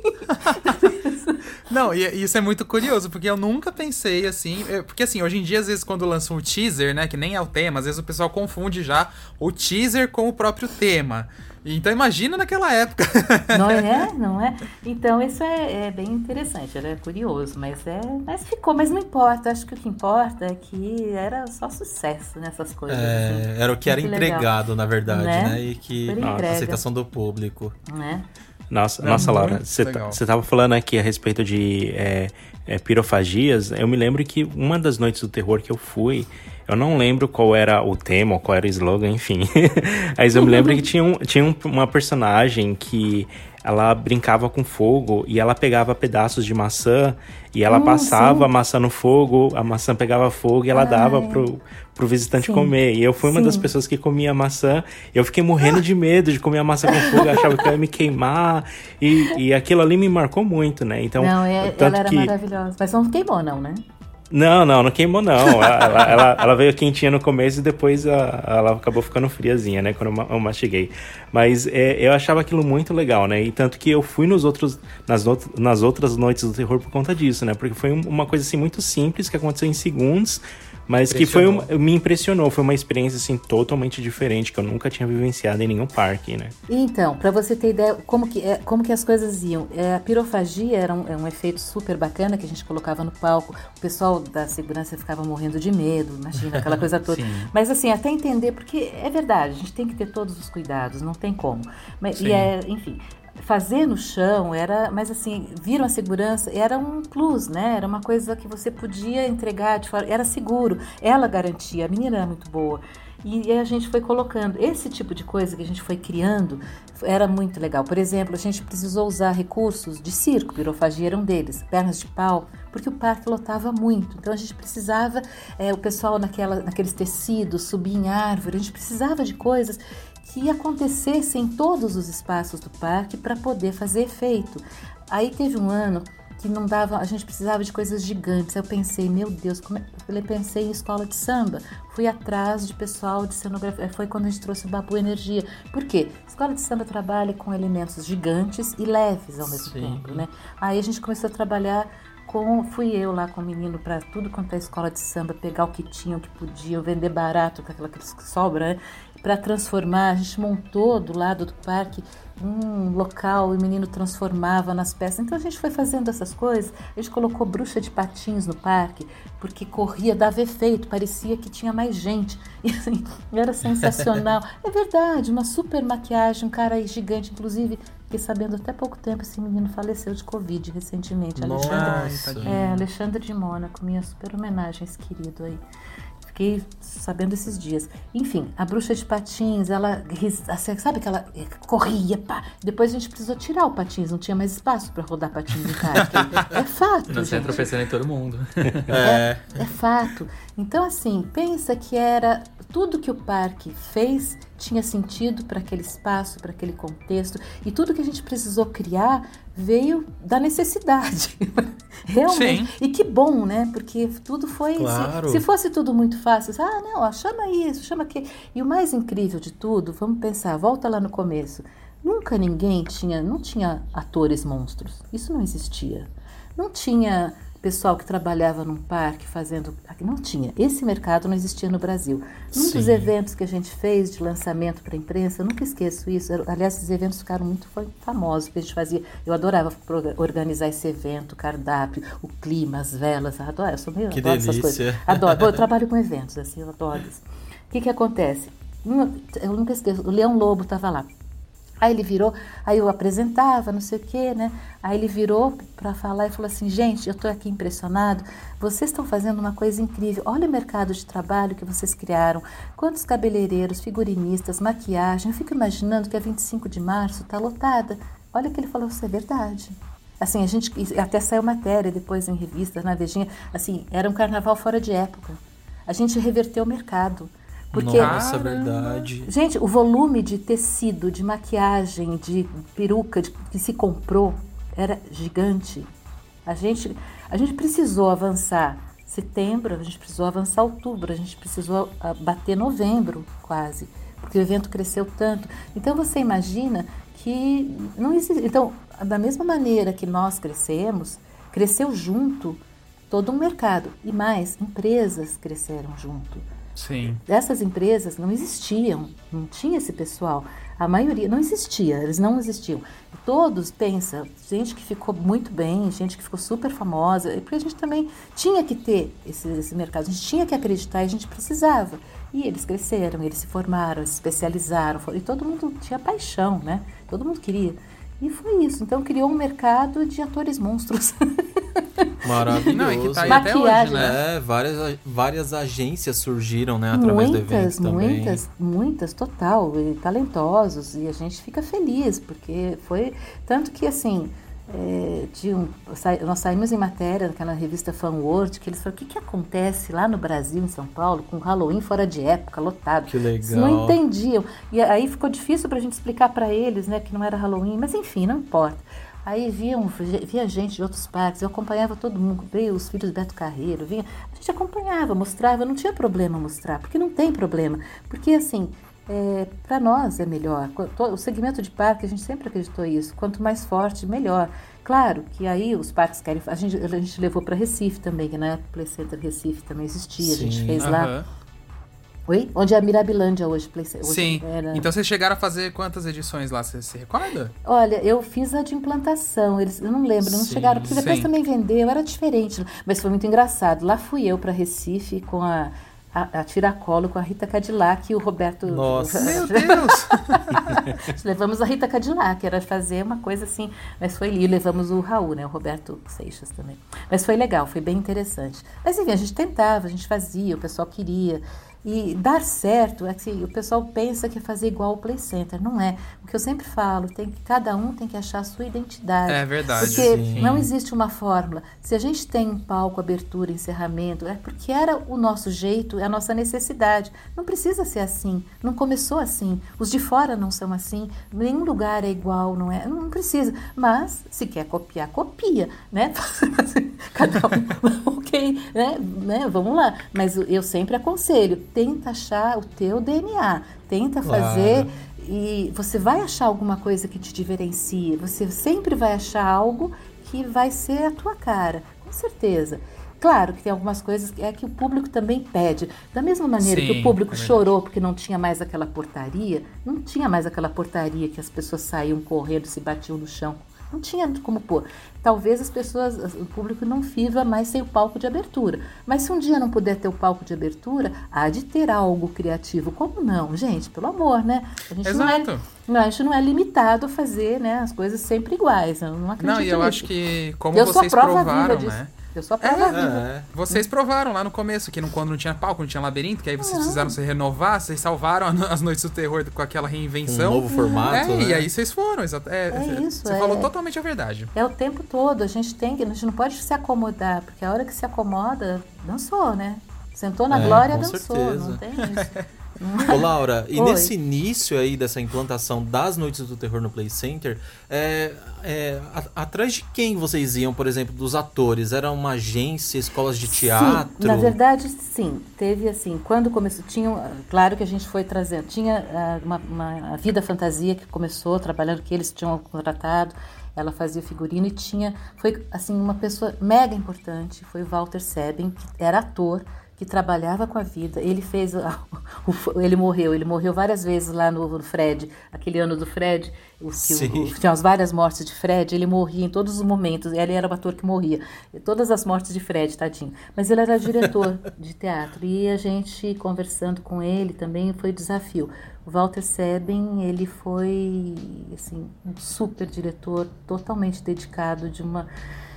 Não, e isso é muito curioso, porque eu nunca pensei assim... Porque assim, hoje em dia, às vezes, quando lançam o teaser, né? Que nem é o tema, às vezes o pessoal confunde já o teaser com o próprio tema. Então imagina naquela época. Não é? Então isso é bem interessante, era curioso, mas ficou, mas não importa, acho que o que importa é que era só sucesso nessas coisas. Assim. Era o que era entregado, legal. Na verdade, né? E que a aceitação do público. Né? Nossa, Laura, você estava falando aqui a respeito de pirofagias. Eu me lembro que uma das noites do terror que eu fui, eu não lembro qual era o tema, qual era o slogan, enfim. Mas eu me lembro que tinha uma personagem que ela brincava com fogo e ela pegava pedaços de maçã e ela passava a maçã no fogo, a maçã pegava fogo e ela dava pro visitante comer. E eu fui uma das pessoas que comia a maçã. Eu fiquei morrendo de medo de comer a maçã com fogo, eu achava que eu ia me queimar. E aquilo ali me marcou muito, né? Então, ela era maravilhosa. Mas não queimou, não, né? Não queimou não. Ela veio quentinha no começo e depois ela acabou ficando friazinha, né? Quando eu mastiguei. Mas eu achava aquilo muito legal, né? E tanto que eu fui nas outras noites do terror por conta disso, né? Porque foi uma coisa assim muito simples que aconteceu em segundos, mas que me impressionou. Foi uma experiência assim totalmente diferente que eu nunca tinha vivenciado em nenhum parque, né? Então, para você ter ideia como que as coisas iam, a pirofagia era um efeito super bacana que a gente colocava no palco. O pessoal da segurança ficava morrendo de medo, imagina, aquela coisa toda. Mas assim, até entender, porque é verdade, a gente tem que ter todos os cuidados, não tem como. Mas, enfim... Fazer no chão era, mas assim, viram a segurança, era um plus, né? Era uma coisa que você podia entregar de fora, era seguro, ela garantia, a menina era muito boa. E a gente foi colocando esse tipo de coisa que a gente foi criando, era muito legal. Por exemplo, a gente precisou usar recursos de circo, pirofagia era um deles, pernas de pau, porque o parque lotava muito. Então a gente precisava, o pessoal naqueles tecidos, subir em árvore, a gente precisava de coisas que acontecesse em todos os espaços do parque para poder fazer efeito. Aí teve um ano que não dava, a gente precisava de coisas gigantes. Aí eu pensei, meu Deus, eu pensei em escola de samba. Fui atrás de pessoal de cenografia. Foi quando a gente trouxe o Babu Energia. Por quê? Escola de samba trabalha com elementos gigantes e leves ao mesmo tempo, né? Aí a gente começou a trabalhar fui eu lá com o menino para tudo quanto é escola de samba, pegar o que tinham, o que podiam, vender barato, com aquela que sobra, né? Para transformar, a gente montou do lado do parque um local e o menino transformava nas peças. Então a gente foi fazendo essas coisas, a gente colocou bruxa de patins no parque, porque corria, dava efeito, parecia que tinha mais gente. E assim, era sensacional. É verdade, uma super maquiagem, um cara aí gigante, inclusive, fiquei sabendo até pouco tempo, esse menino faleceu de Covid recentemente. Alexandre de Mônaco, minhas super homenagens, querido aí. fiquei sabendo esses dias. Enfim, a Bruxa de Patins, ela, sabe que ela corria, pá. Depois a gente precisou tirar o patins, não tinha mais espaço para rodar patins no parque. É fato, Não sai tropeçando em todo mundo. É fato. Então, assim, pensa que era tudo que o parque fez tinha sentido para aquele espaço, para aquele contexto, e tudo que a gente precisou criar veio da necessidade. Realmente. Sim. E que bom, né? Porque tudo foi... Claro. Se fosse tudo muito fácil, não, ó, chama isso, chama aquilo. E o mais incrível de tudo, vamos pensar, volta lá no começo. Nunca ninguém não tinha atores monstros. Isso não existia. Não tinha pessoal que trabalhava num parque fazendo... Não tinha. Esse mercado não existia no Brasil. Num dos eventos que a gente fez de lançamento para a imprensa, eu nunca esqueço isso. Aliás, esses eventos ficaram muito famosos, porque a gente fazia... Eu adorava organizar esse evento, o cardápio, o clima, as velas. Eu adoro essas coisas. Adoro. Eu trabalho com eventos, assim, eu adoro isso. O que acontece? Eu nunca esqueço. O Leão Lobo estava lá. Aí ele virou, aí eu apresentava, não sei o quê, né? Aí ele virou para falar e falou assim, gente, eu estou aqui impressionado, vocês estão fazendo uma coisa incrível, olha o mercado de trabalho que vocês criaram, quantos cabeleireiros, figurinistas, maquiagem, eu fico imaginando que a 25 de março está lotada. Olha o que ele falou, isso é verdade. Assim, a gente, até saiu matéria depois em revista, na Vejinha, assim, era um carnaval fora de época. A gente reverteu o mercado. Porque, nossa, verdade. Gente, o volume de tecido, de maquiagem, de peruca que se comprou era gigante. A gente precisou avançar setembro, a gente precisou avançar outubro, a gente precisou bater novembro quase, porque o evento cresceu tanto. Então você imagina que não existe. Então, da mesma maneira que nós crescemos, cresceu junto todo um mercado. E mais, empresas cresceram junto. Sim. Essas empresas não existiam, não tinha esse pessoal. A maioria não existia, eles não existiam. Todos, pensa, gente que ficou muito bem, gente que ficou super famosa, porque a gente também tinha que ter esse mercado, a gente tinha que acreditar e a gente precisava. E eles cresceram, eles se formaram, se especializaram, e todo mundo tinha paixão, né? Todo mundo queria. E foi isso, então criou um mercado de atores monstros. Maravilhoso. Não, é que tá aí até hoje, né? Várias agências surgiram, né, através do evento também. Muitas, total, e talentosos, e a gente fica feliz, porque foi, tanto que assim, nós saímos em matéria naquela revista Fanworld, que eles falaram, o que acontece lá no Brasil, em São Paulo, com Halloween fora de época, lotado. Que legal. Eles não entendiam, e aí ficou difícil pra gente explicar pra eles, né, que não era Halloween, mas enfim, não importa. Aí via gente de outros parques, eu acompanhava todo mundo, veio os filhos do Beto Carreiro, a gente acompanhava, mostrava, não tinha problema mostrar, porque não tem problema, porque assim, para nós é melhor, o segmento de parque, a gente sempre acreditou isso, quanto mais forte, melhor. Claro que aí os parques querem, a gente levou para Recife também, que na época o Play Center Recife também existia, sim, a gente fez lá. Oi? Onde é a Mirabilândia hoje. Sim. Então vocês chegaram a fazer quantas edições lá? Você se recorda? Olha, eu fiz a de implantação. Eu não lembro, não chegaram. Porque depois também vendeu, era diferente. Mas foi muito engraçado. Lá fui eu para Recife com a tiracolo, com a Rita Cadillac e o Roberto... Nossa! Meu Deus! Levamos a Rita Cadillac, era fazer uma coisa assim. Mas foi ali, levamos o Raul, né? O Roberto Seixas também. Mas foi legal, foi bem interessante. Mas enfim, a gente tentava, a gente fazia, o pessoal queria... E dar certo, o pessoal pensa que é fazer igual o Play Center, não é. O que eu sempre falo, cada um tem que achar a sua identidade. É verdade. Porque sim. Não existe uma fórmula. Se a gente tem um palco, abertura, encerramento, é porque era o nosso jeito, é a nossa necessidade. Não precisa ser assim, não começou assim. Os de fora não são assim, nenhum lugar é igual, não é? Não precisa. Mas, se quer copiar, copia, né? Cada um, ok, né? Vamos lá. Mas eu sempre aconselho, tenta achar o teu DNA, tenta fazer e você vai achar alguma coisa que te diferencie, você sempre vai achar algo que vai ser a tua cara, com certeza. Claro que tem algumas coisas que o público também pede. Da mesma maneira que o público chorou porque não tinha mais aquela portaria, não tinha mais aquela portaria que as pessoas saíam correndo, se batiam no chão. Não tinha como pôr. Talvez o público não viva mais sem o palco de abertura. Mas se um dia não puder ter o palco de abertura, há de ter algo criativo. Como não? Gente, pelo amor, né? A gente a gente não é limitado a fazer, né, as coisas sempre iguais. Eu não acredito nisso. Eu acho que, como vocês provaram, né? Eu sou a prova viva. Vocês provaram lá no começo, que quando não tinha palco, não tinha labirinto, que aí vocês precisaram se renovar, vocês salvaram as Noites do Terror com aquela reinvenção. Um novo formato, né? E aí vocês foram, você falou totalmente a verdade. É o tempo todo, a gente não pode se acomodar, porque a hora que se acomoda, dançou, né? Sentou na glória, dançou, certeza. Não tem isso. Ô Laura, e nesse início aí dessa implantação das Noites do Terror no Play Center, atrás de quem vocês iam, por exemplo, dos atores? Era uma agência, escolas de teatro? Sim, na verdade, sim. Teve assim, quando começou, claro que a gente foi trazendo, tinha uma Vida Fantasia que começou trabalhando, que eles tinham contratado, ela fazia figurino e foi assim, uma pessoa mega importante, foi o Walter Sebem, que era ator, que trabalhava com a vida. Ele fez ele morreu várias vezes lá no Fred, aquele ano do Fred, tinha as várias mortes de Fred, ele morria em todos os momentos, ele era o ator que morria, todas as mortes de Fred, tadinho, mas ele era diretor de teatro, e a gente conversando com ele também foi desafio. O Walter Sebem, ele foi assim, um super diretor, totalmente dedicado, de uma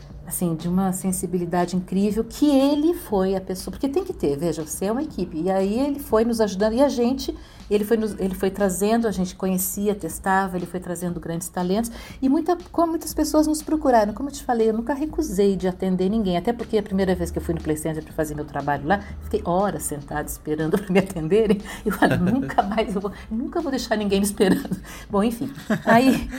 sensibilidade incrível, que ele foi a pessoa, porque tem que ter, veja, você é uma equipe, e aí ele foi nos ajudando, e a gente, ele foi trazendo, a gente conhecia, testava, ele foi trazendo grandes talentos, e muitas pessoas nos procuraram, como eu te falei, eu nunca recusei de atender ninguém, até porque a primeira vez que eu fui no Play Center para fazer meu trabalho lá, fiquei horas sentada esperando para me atenderem, e eu falei, nunca vou deixar ninguém me esperando. Bom, enfim, aí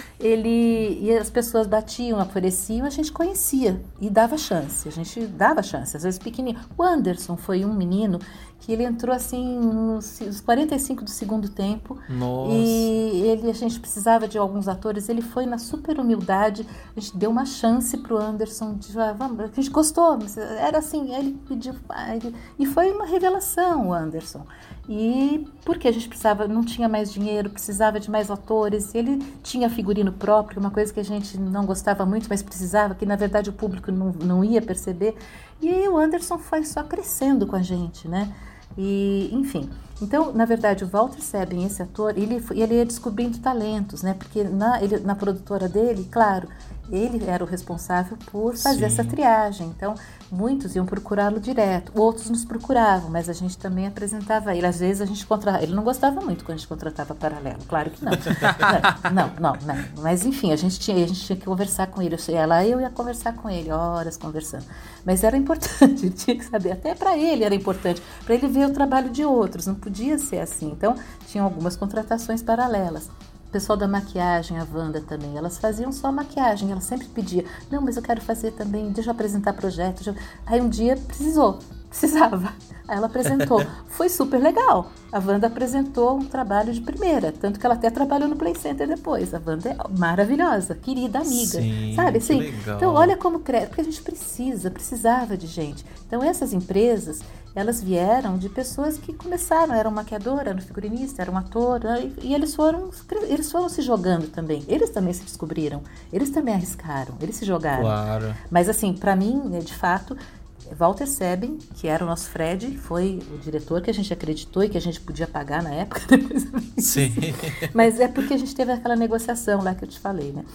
e as pessoas batiam, ofereciam, a gente conhecia, e dava chance, às vezes pequenininho. O Anderson foi um menino que ele entrou assim nos 45 do segundo tempo. Nossa. E a gente precisava de alguns atores, ele foi na super humildade, a gente deu uma chance pro Anderson, a gente gostou, era assim, ele pediu, e foi uma revelação o Anderson. E porque a gente não tinha mais dinheiro, precisava de mais atores, ele tinha figurino próprio, uma coisa que a gente não gostava muito, mas precisava, que na verdade o público não ia perceber, e aí o Anderson foi só crescendo com a gente, né? E, enfim, então, na verdade, o Walter Sebem, esse ator, ele ia descobrindo talentos, né? Porque na produtora dele, claro, ele era o responsável por fazer essa triagem. Então, muitos iam procurá-lo direto, outros nos procuravam, mas a gente também apresentava ele. Às vezes a gente ele não gostava muito quando a gente contratava paralelo, claro que não. Não. Mas enfim, a gente tinha que conversar com ele. Eu ia conversar com ele, horas conversando. Mas era importante, ele tinha que saber, até para ele era importante, para ele ver o trabalho de outros, não podia ser assim. Então, tinham algumas contratações paralelas. O pessoal da maquiagem, a Wanda também, elas faziam só maquiagem, ela sempre pedia, não, mas eu quero fazer também, deixa eu apresentar projeto. Aí um dia precisava, aí ela apresentou, foi super legal, a Wanda apresentou um trabalho de primeira, tanto que ela até trabalhou no Play Center depois, a Wanda é maravilhosa, querida amiga, sabe assim? Legal. Então olha como cresce, porque a gente precisava de gente, então essas empresas, elas vieram de pessoas que começaram, eram maquiadora, eram figurinista, eram ator, e eles foram se jogando também. Eles também se descobriram, eles também arriscaram, eles se jogaram. Claro. Mas assim, para mim, de fato, Walter Sebem, que era o nosso Fred, foi o diretor que a gente acreditou e que a gente podia pagar na época. Sim. Mas é porque a gente teve aquela negociação lá que eu te falei, né?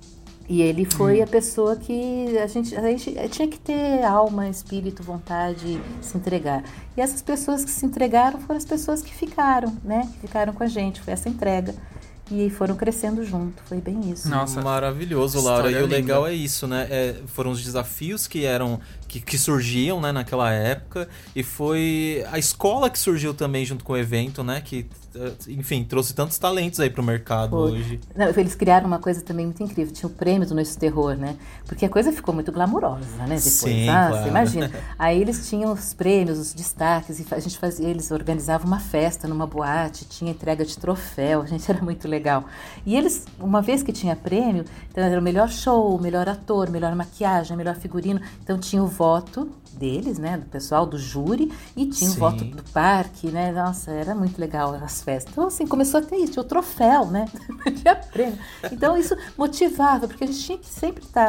E ele foi a pessoa que a gente tinha que ter alma, espírito, vontade, se entregar. E essas pessoas que se entregaram foram as pessoas que ficaram, né? Que ficaram com a gente, foi essa entrega. E foram crescendo junto, foi bem isso. Nossa, maravilhoso, Laura. E o legal é isso, né? Foram os desafios que surgiam, né, naquela época. E foi a escola que surgiu também junto com o evento, né? Que, enfim, trouxe tantos talentos aí pro mercado hoje. Não, eles criaram uma coisa também muito incrível. Tinha o prêmio do Noites do Terror, né? Porque a coisa ficou muito glamurosa, né? Depois, sim, claro. Você imagina. Aí eles tinham os prêmios, os destaques, e eles organizavam uma festa numa boate, tinha entrega de troféu, a gente era muito legal. E eles, uma vez que tinha prêmio, então era o melhor show, o melhor ator, melhor maquiagem, melhor figurino, então tinha o voto deles, né, do pessoal, do júri, e tinha o voto do parque, né, nossa, era muito legal as festas. Então, assim, começou a ter isso, tinha o troféu, né, tinha prêmio. Então, isso motivava, porque a gente tinha que sempre estar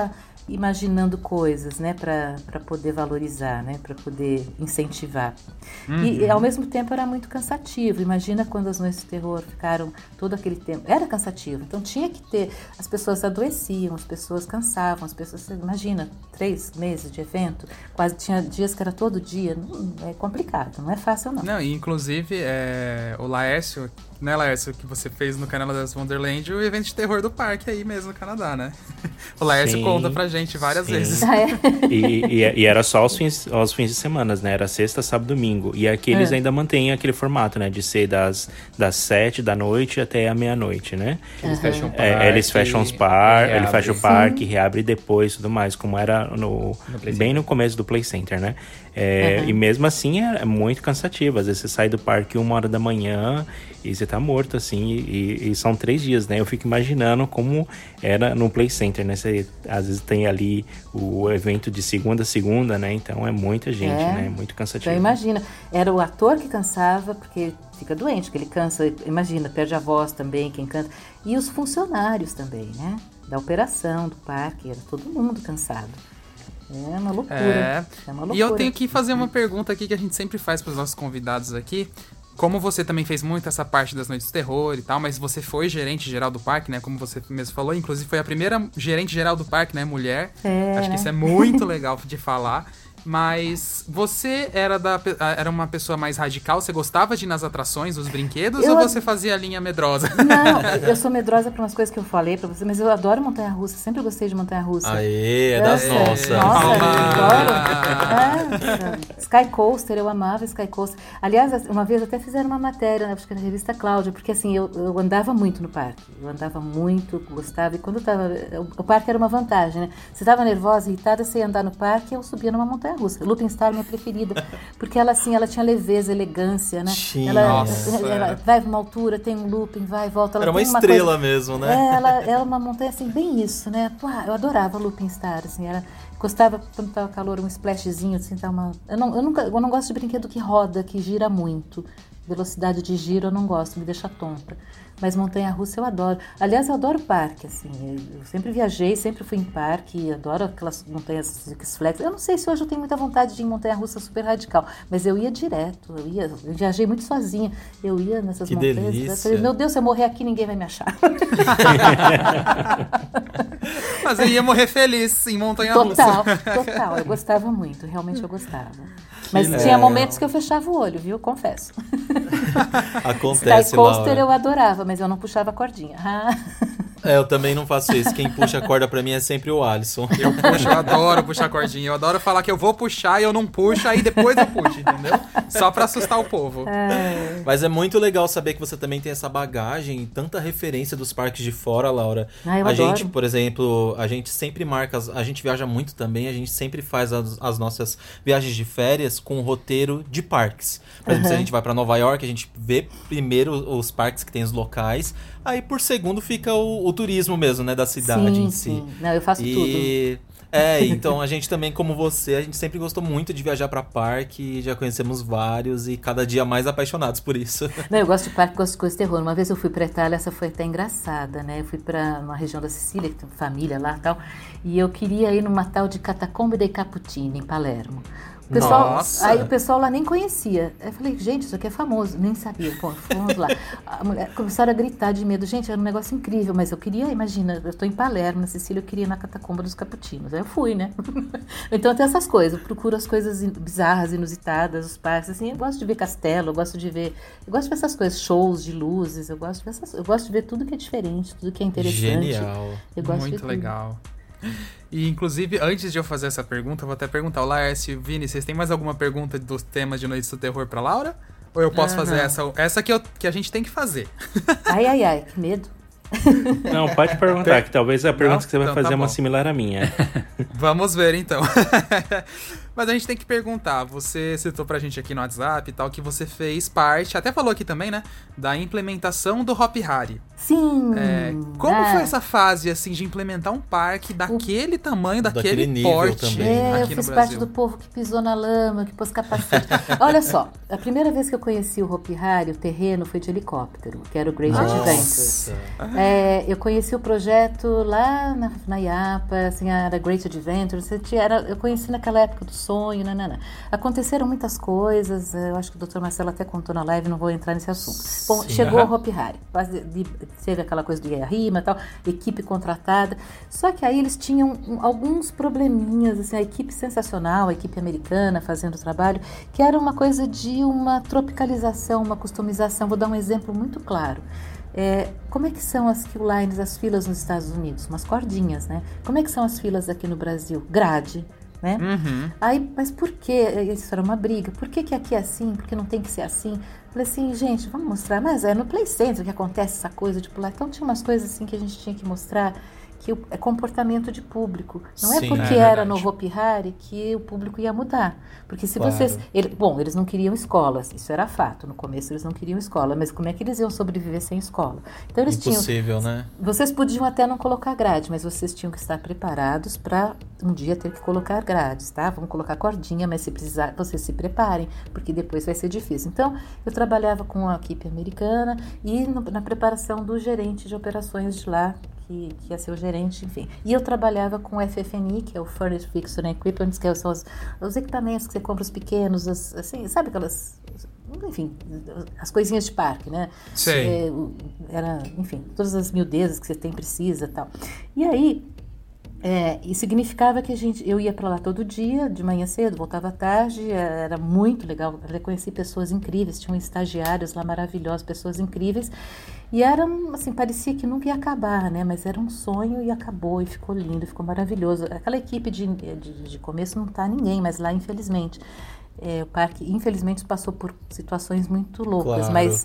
imaginando coisas, né, para poder valorizar, né, para poder incentivar. E ao mesmo tempo era muito cansativo. Imagina quando as noites do terror ficaram todo aquele tempo. Era cansativo. Então tinha que ter. As pessoas adoeciam, as pessoas cansavam, as pessoas. Imagina, 3 meses de evento, quase tinha dias que era todo dia. É complicado, não é fácil não. Não, e inclusive o Laércio, né, Laércio, que você fez no canal das Wonderland, o evento de terror do parque aí mesmo no Canadá, né? O Laércio conta pra gente várias vezes. E era só aos fins de semana, né? Era sexta, sábado, domingo. E aqui eles ainda mantêm aquele formato, né? De ser das 7 da noite até a meia-noite, né? Eles fecham o parque. Eles fecham os parques, ele fecha o parque, reabre depois e tudo mais, como era bem no começo do Play Center, né? E mesmo assim é muito cansativo. Às vezes você sai do parque 1h da manhã e você tá morto, assim, e são 3 dias, né? Eu fico imaginando como era no Play Center, né? Você às vezes tem ali o evento de segunda a segunda, né? Então é muita gente, né? Muito cansativo. Então imagina, era o ator que cansava, porque fica doente, que ele cansa, imagina, perde a voz também, quem canta. E os funcionários também, né? Da operação, do parque, era todo mundo cansado. É uma loucura. É uma loucura. E eu tenho que fazer uma pergunta aqui que a gente sempre faz para os nossos convidados aqui. Como você também fez muito essa parte das noites do terror e tal, mas você foi gerente geral do parque, né? Como você mesmo falou, inclusive foi a primeira gerente geral do parque, né? Mulher. Acho que isso é muito legal de falar. Mas você era uma pessoa mais radical? Você gostava de ir nas atrações, os brinquedos? Ou você fazia a linha medrosa? Não, eu sou medrosa por umas coisas que eu falei pra você, mas eu adoro montanha-russa, sempre gostei de montanha-russa. Aê, é das nossas. Nossa, eu adoro. Sky Coaster, eu amava Sky Coaster. Aliás, uma vez até fizeram uma matéria, né, acho que na revista Cláudia, porque assim, eu andava muito no parque. Eu andava muito, gostava. E quando eu tava... O parque era uma vantagem, né? Você estava nervosa, irritada, você ia andar no parque, eu subia numa montanha-russa. Looping Star, minha preferida, porque ela assim, ela tinha leveza, elegância, né? Ela vai pra uma altura, tem um looping, vai e volta. Ela era uma estrela mesmo, né? Ela é uma montanha assim, bem isso, né? Pô, eu adorava Looping Star, assim, gostava quando tava calor, um splashzinho, assim, tá uma... Eu não gosto de brinquedo que roda, que gira muito. Velocidade de giro eu não gosto, me deixa tonta. Mas montanha-russa eu adoro. Aliás, eu adoro parque, assim. Eu sempre viajei, sempre fui em parque, adoro aquelas montanhas Six Flags. Eu não sei se hoje eu tenho muita vontade de ir em montanha-russa super radical, mas eu ia direto, eu viajei muito sozinha. Eu ia nessas montanhas. Delícia. Eu falei, meu Deus, se eu morrer aqui, ninguém vai me achar. Mas eu ia morrer feliz em montanha-russa. Total. Eu gostava muito, realmente eu gostava. Mas tinha momentos que eu fechava o olho, viu? Confesso. Acontece, Sky Coaster Laura. eu adorava, mas eu não puxava a cordinha. Eu também não faço isso. Quem puxa a corda pra mim é sempre o Alisson. Eu adoro puxar a cordinha. Eu adoro falar que eu vou puxar e eu não puxo, aí depois eu puxo, entendeu? Só pra assustar o povo. Mas é muito legal saber que você também tem essa bagagem e tanta referência dos parques de fora, Laura. Eu adoro. Gente, por exemplo, a gente sempre marca, a gente viaja muito também, a gente sempre faz as nossas viagens de férias com roteiro de parques. Por exemplo, se a gente vai pra Nova York, a gente vê primeiro os parques que tem os locais, aí por segundo fica o turismo mesmo, né, da cidade em si. Sim. Não, eu faço tudo. Então a gente também, como você, a gente sempre gostou muito de viajar pra parque, já conhecemos vários e cada dia mais apaixonados por isso. Não, eu gosto de parque, gosto de coisa de terror. Uma vez eu fui pra Itália, essa foi até engraçada, né? Eu fui pra uma região da Sicília, que tem família lá e tal, e eu queria ir numa tal de Catacombe dei Cappuccini, em Palermo. Aí o pessoal lá nem conhecia. Eu falei, gente, isso aqui é famoso. Nem sabia. Pô, fomos lá. A mulher começaram a gritar de medo. Gente, era um negócio incrível, mas eu queria, imagina, eu estou em Palermo, na Sicília, eu queria ir na Catacomba dos Cappuccinos. Aí eu fui, né? Então tem essas coisas. Eu procuro as coisas bizarras, inusitadas, os parques, assim. Eu gosto de ver castelo, eu gosto de ver essas coisas, shows de luzes, eu gosto de ver tudo que é diferente, tudo que é interessante. Genial. Eu gosto muito de tudo. Legal. E, inclusive, antes de eu fazer essa pergunta, eu vou até perguntar, o Laércio e o Vini, vocês têm mais alguma pergunta dos temas de Noites do Terror pra Laura? Ou eu posso fazer essa que a gente tem que fazer? Ai, que medo. Não, pode perguntar, que talvez a pergunta que você vai fazer é uma similar à minha. Vamos ver, então. Mas a gente tem que perguntar, você citou pra gente aqui no WhatsApp e tal, que você fez parte, até falou aqui também, né, da implementação do Hopi Hari. Sim! Como foi essa fase, assim, de implementar um parque daquele tamanho, daquele porte também, aqui eu fiz no Brasil? parte do povo que pisou na lama, que pôs capacete. Olha só, a primeira vez que eu conheci o Hopi Hari, o terreno foi de helicóptero, que era o Great Adventures. Eu conheci o projeto lá na IAPA, assim, era Great Adventures, eu conheci naquela época do sonho, Aconteceram muitas coisas, eu acho que o Dr. Marcelo até contou na live, não vou entrar nesse assunto. Bom, chegou o Hopi Hari, teve aquela coisa do Iarima e tal, equipe contratada, só que aí eles tinham alguns probleminhas, assim, a equipe sensacional, a equipe americana fazendo o trabalho, que era uma coisa de uma tropicalização, uma customização. Vou dar um exemplo muito claro. Como é que são as queue lines, as filas nos Estados Unidos? Umas cordinhas, né? Como é que são as filas aqui no Brasil? Grade, né? Aí, mas por que? Isso era uma briga. Por que aqui é assim? Por que não tem que ser assim? Falei assim, gente, vamos mostrar. Mas é no Play Center que acontece essa coisa de pular. Então tinha umas coisas assim que a gente tinha que mostrar, que é comportamento de público. Não é porque era no Hopi Hari que o público ia mudar. Porque se vocês... eles não queriam escolas, isso era fato. No começo eles não queriam escola, mas como é que eles iam sobreviver sem escola? Então eles Impossível, né? Vocês podiam até não colocar grade, mas vocês tinham que estar preparados para um dia ter que colocar grades, tá? Vamos colocar cordinha, mas se precisar, vocês se preparem, porque depois vai ser difícil. Então, eu trabalhava com a equipe americana e na preparação do gerente de operações de lá, que ia ser o gerente, enfim. E eu trabalhava com o FF&E, que é o Furniture, Fixture and Equipment, que são os equipamentos que você compra, os pequenos, assim, sabe aquelas... Enfim, as coisinhas de parque, né? Sim. Enfim, todas as miudezas que você precisa e tal. E aí... e significava que eu ia para lá todo dia, de manhã cedo, voltava à tarde, era muito legal, eu conheci pessoas incríveis, tinham estagiários lá maravilhosos, pessoas incríveis, e era, assim, parecia que nunca ia acabar, né, mas era um sonho e acabou, e ficou lindo, ficou maravilhoso. Aquela equipe de começo não tá ninguém, mas lá, infelizmente, o parque, infelizmente, passou por situações muito loucas, claro.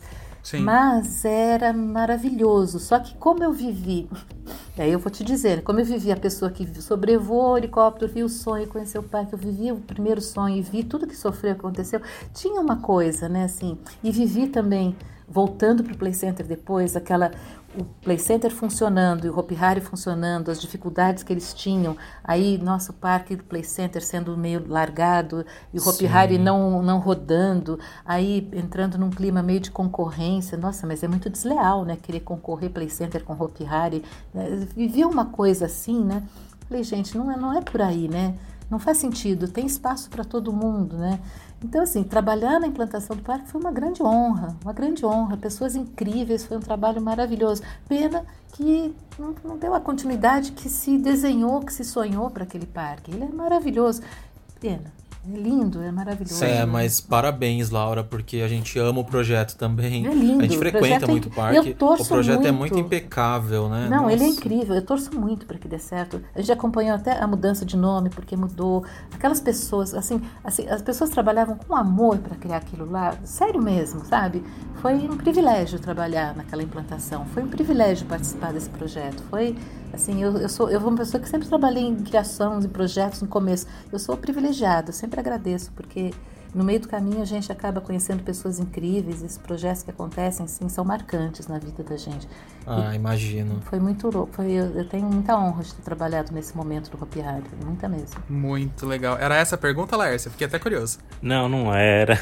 Mas era maravilhoso. Só que como eu vivi, aí eu vou te dizer, como eu vivi a pessoa que sobrevoou o helicóptero, viu o sonho, conheceu o parque, eu vivi o primeiro sonho e vi tudo que sofreu, aconteceu, tinha uma coisa, né, assim, e vivi também, voltando para o Play Center depois, o Play Center funcionando e o Hopi Hari funcionando, as dificuldades que eles tinham, aí nosso parque do Play Center sendo meio largado e o Hopi Hari não rodando, aí entrando num clima meio de concorrência. Nossa, mas é muito desleal, né, querer concorrer Play Center com Hopi Hari, né? Vivi uma coisa assim, né? Falei, gente, não é por aí, né? Não faz sentido, tem espaço para todo mundo, né? Então, assim, trabalhar na implantação do parque foi uma grande honra, pessoas incríveis, foi um trabalho maravilhoso. Pena que não deu a continuidade que se desenhou, que se sonhou para aquele parque. Ele é maravilhoso. Pena. É lindo, é maravilhoso. Mas parabéns, Laura, porque a gente ama o projeto também. É lindo. A gente frequenta muito o parque. O projeto muito. É muito impecável, né? Não, ele é incrível. Eu torço muito para que dê certo. A gente acompanhou até a mudança de nome, porque mudou. Aquelas pessoas, assim as pessoas trabalhavam com amor para criar aquilo lá. Sério mesmo, sabe? Foi um privilégio trabalhar naquela implantação. Foi um privilégio participar desse projeto. Foi, assim, eu sou uma pessoa que sempre trabalhei em criação, em projetos no começo. Eu sou privilegiada, eu sempre agradeço, porque no meio do caminho a gente acaba conhecendo pessoas incríveis. Esses projetos que acontecem, sim, são marcantes na vida da gente. Imagino. Foi muito louco. Eu tenho muita honra de ter trabalhado nesse momento do Hopi Hari, muita mesmo. Muito legal. Era essa a pergunta, Laércia? Fiquei até curioso. Não era.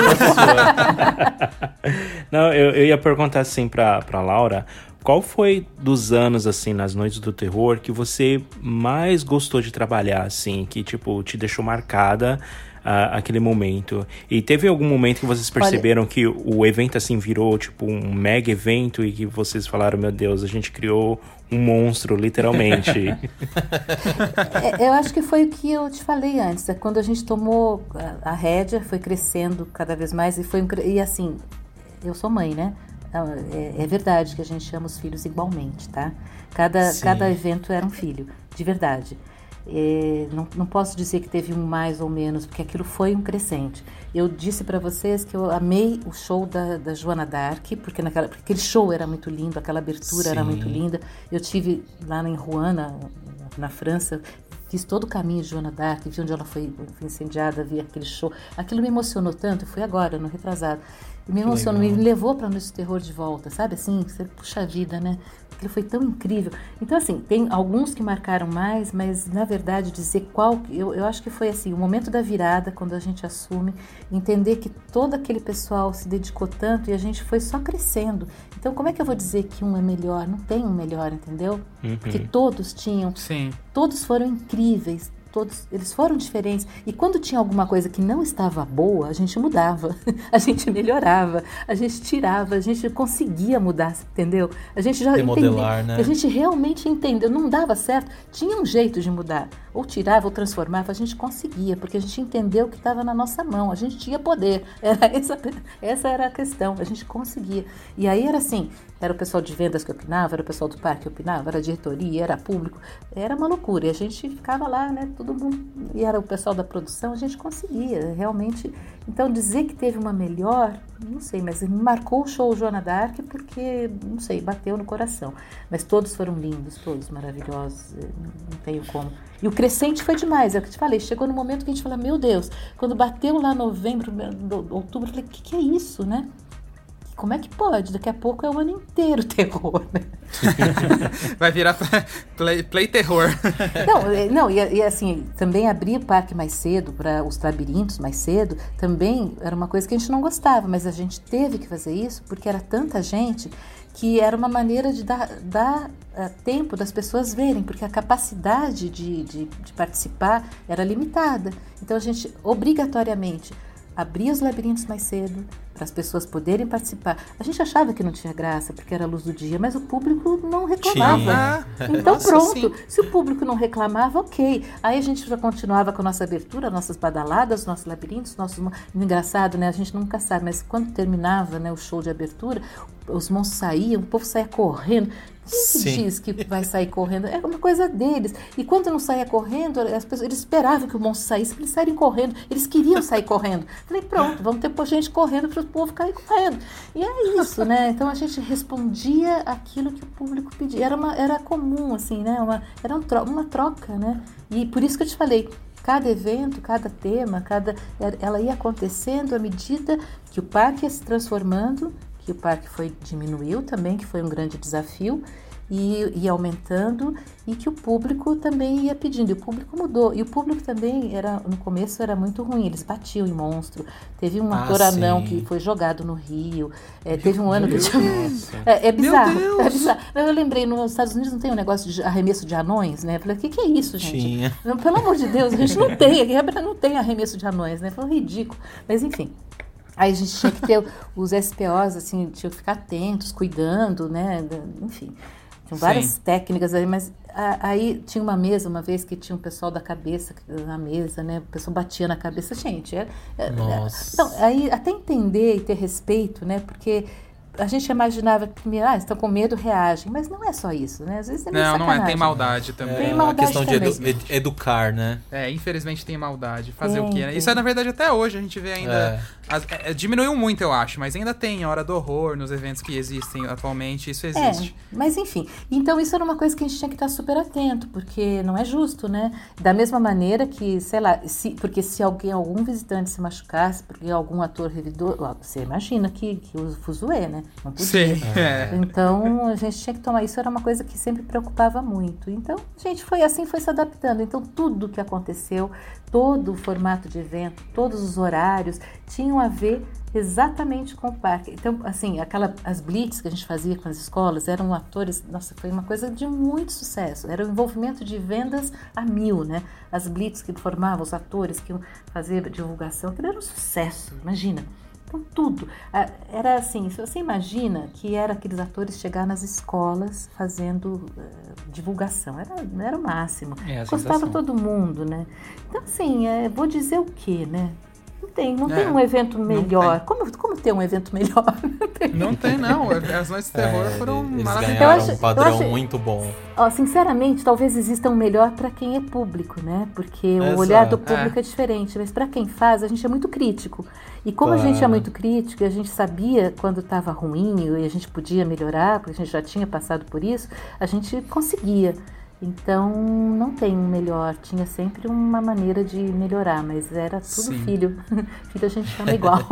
Não, eu ia perguntar assim pra Laura, qual foi dos anos, assim, nas Noites do Terror, que você mais gostou de trabalhar, assim, que, tipo, te deixou marcada aquele momento? E teve algum momento que vocês perceberam que o evento, assim, virou, tipo, um mega evento e que vocês falaram, meu Deus, a gente criou um monstro, literalmente? Eu acho que foi o que eu te falei antes, quando a gente tomou a rédea, foi crescendo cada vez mais e assim, eu sou mãe, né? É verdade que a gente chama os filhos igualmente, tá? Cada evento era um filho, de verdade. Não posso dizer que teve um mais ou menos, porque aquilo foi um crescente. Eu disse para vocês que eu amei o show da Joana d'Arc, porque aquele show era muito lindo, aquela abertura era muito linda. Eu tive lá em Rouen, na França, fiz todo o caminho de Joana d'Arc, vi onde ela foi incendiada, vi aquele show. Aquilo me emocionou tanto, foi agora, no retrasado. E me emocionou, me levou para a Noite do Terror de volta, sabe? Assim, você puxa a vida, né? Aquilo foi tão incrível. Então, assim, tem alguns que marcaram mais, mas, na verdade, dizer qual... Eu acho que foi, assim, o momento da virada, quando a gente assume, entender que todo aquele pessoal se dedicou tanto e a gente foi só crescendo. Então, como é que eu vou dizer que um é melhor? Não tem um melhor, entendeu? Porque todos tinham... Sim. Todos foram incríveis. Todos, eles foram diferentes. E quando tinha alguma coisa que não estava boa, a gente mudava, a gente melhorava, a gente tirava, a gente conseguia mudar, entendeu? A gente já entendeu, né? A gente realmente entendeu, não dava certo, tinha um jeito de mudar, ou tirava, ou transformava, a gente conseguia, porque a gente entendeu que estava na nossa mão, a gente tinha poder, essa era a questão, a gente conseguia. E aí era assim, era o pessoal de vendas que opinava, era o pessoal do parque que opinava, era a diretoria, era público, era uma loucura, e a gente ficava lá, né, todo mundo, e era o pessoal da produção, a gente conseguia, realmente. Então, dizer que teve uma melhor, não sei, mas me marcou o show Joana d'Arc porque, não sei, bateu no coração. Mas todos foram lindos, todos maravilhosos, não tenho como. E o crescente foi demais, é o que eu te falei, chegou no momento que a gente fala, meu Deus, quando bateu lá novembro, outubro, eu falei, o que é isso, né? Como é que pode? Daqui a pouco é o ano inteiro terror, né? Vai virar play terror. Não, e assim, também abrir o parque mais cedo, para os labirintos mais cedo, também era uma coisa que a gente não gostava, mas a gente teve que fazer isso porque era tanta gente que era uma maneira de dar tempo das pessoas verem, porque a capacidade de participar era limitada. Então a gente, obrigatoriamente, abria os labirintos mais cedo, para as pessoas poderem participar. A gente achava que não tinha graça, porque era a luz do dia, mas o público não reclamava. Então pronto, sim. Se o público não reclamava, ok. Aí a gente já continuava com a nossa abertura, nossas badaladas, nossos labirintos, engraçado, né? A gente nunca sabe, mas quando terminava, né, o show de abertura, os monstros saíam, o povo saía correndo. Quem que diz que vai sair correndo? É uma coisa deles. E quando não saía correndo, as pessoas, eles esperavam que o monstro saísse para eles saírem correndo. Eles queriam sair correndo. Falei, pronto, vamos ter gente correndo para o povo cair correndo. E é isso, né? Então a gente respondia aquilo que o público pedia. Era comum, assim, né? Era uma troca, né? E por isso que eu te falei, cada evento, cada tema, ela ia acontecendo à medida que o parque ia se transformando, que o parque diminuiu também, que foi um grande desafio, e ia aumentando, e que o público também ia pedindo, e o público mudou, e o público também, no começo era muito ruim, eles batiam em monstro, teve um ator anão que foi jogado no Rio, teve um ano que tinha... É bizarro, Eu lembrei, nos Estados Unidos não tem um negócio de arremesso de anões, né? Eu falei, o que é isso, gente? Tinha. Pelo amor de Deus, a gente não tem, aqui não tem arremesso de anões, né? Foi ridículo, mas enfim... Aí a gente tinha que ter os SPOs, assim, tinha que ficar atentos, cuidando, né? Enfim, tinham várias técnicas aí, mas aí tinha uma mesa, uma vez que tinha um pessoal da cabeça na mesa, né? O pessoal batia na cabeça, gente. Nossa. Então, aí até entender e ter respeito, né? Porque a gente imaginava que primeiro, estão com medo, reagem, mas não é só isso, né? Às vezes é meio sacanagem. Tem maldade também. Tem maldade questão também. de educar, né? Infelizmente tem maldade. Fazer o quê, né? Isso na verdade até hoje a gente vê ainda... diminuiu muito, eu acho, mas ainda tem Hora do Horror nos eventos que existem atualmente, isso existe. Mas enfim, então isso era uma coisa que a gente tinha que estar super atento, porque não é justo, né? Da mesma maneira que, sei lá, porque se algum visitante se machucasse, porque algum ator revidor, você imagina que o fuzuê, né? Não podia. Sim. Então a gente tinha que tomar, isso era uma coisa que sempre preocupava muito. Então a gente foi se adaptando. Então tudo que aconteceu, todo o formato de evento, todos os horários, tinham a ver exatamente com o parque. Então, assim, as blitz que a gente fazia com as escolas eram atores, nossa, foi uma coisa de muito sucesso. Era o envolvimento de vendas a 1000, né? As blitz que formavam os atores que iam fazer divulgação, aquilo era um sucesso, imagina. Então, tudo. Era assim, se você imagina que era aqueles atores chegar nas escolas fazendo divulgação, era o máximo. Gostava todo mundo, né? Então, assim, vou dizer o quê, né? Não tem um evento melhor. Como ter um evento melhor? Não tem. As noites de terror foram maravilhosas. Eles ganharam um padrão muito bom. Sinceramente, talvez exista um melhor para quem é público, né? Porque o olhar do público é diferente. Mas para quem faz, a gente é muito crítico. E como a gente é muito crítico, e a gente sabia quando estava ruim e a gente podia melhorar, porque a gente já tinha passado por isso, a gente conseguia. Então, não tem um melhor. Tinha sempre uma maneira de melhorar, mas era tudo filho. Filho a gente chama igual.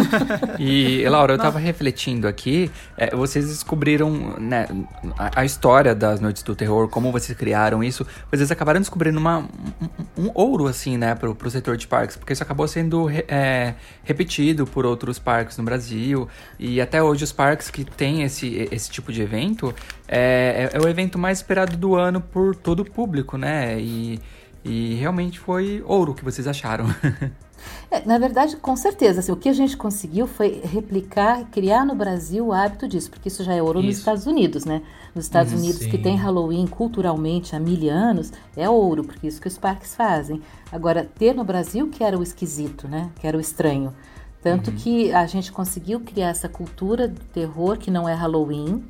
E, Laura, eu tava refletindo aqui, vocês descobriram, né, a história das Noites do Terror, como vocês criaram isso, vocês acabaram descobrindo um ouro, assim, né, pro setor de parques, porque isso acabou sendo repetido por outros parques no Brasil, e até hoje os parques que têm esse tipo de evento, é o evento mais esperado do ano por todo o público, né? E realmente foi ouro que vocês acharam. Na verdade, com certeza, assim, o que a gente conseguiu foi replicar, criar no Brasil o hábito disso, porque isso já é ouro nos Estados Unidos, né? Nos Estados Unidos, que tem Halloween culturalmente há 1000 anos, é ouro, porque isso que os parques fazem. Agora, ter no Brasil que era o esquisito, né? Que era o estranho. Tanto que a gente conseguiu criar essa cultura do terror que não é Halloween,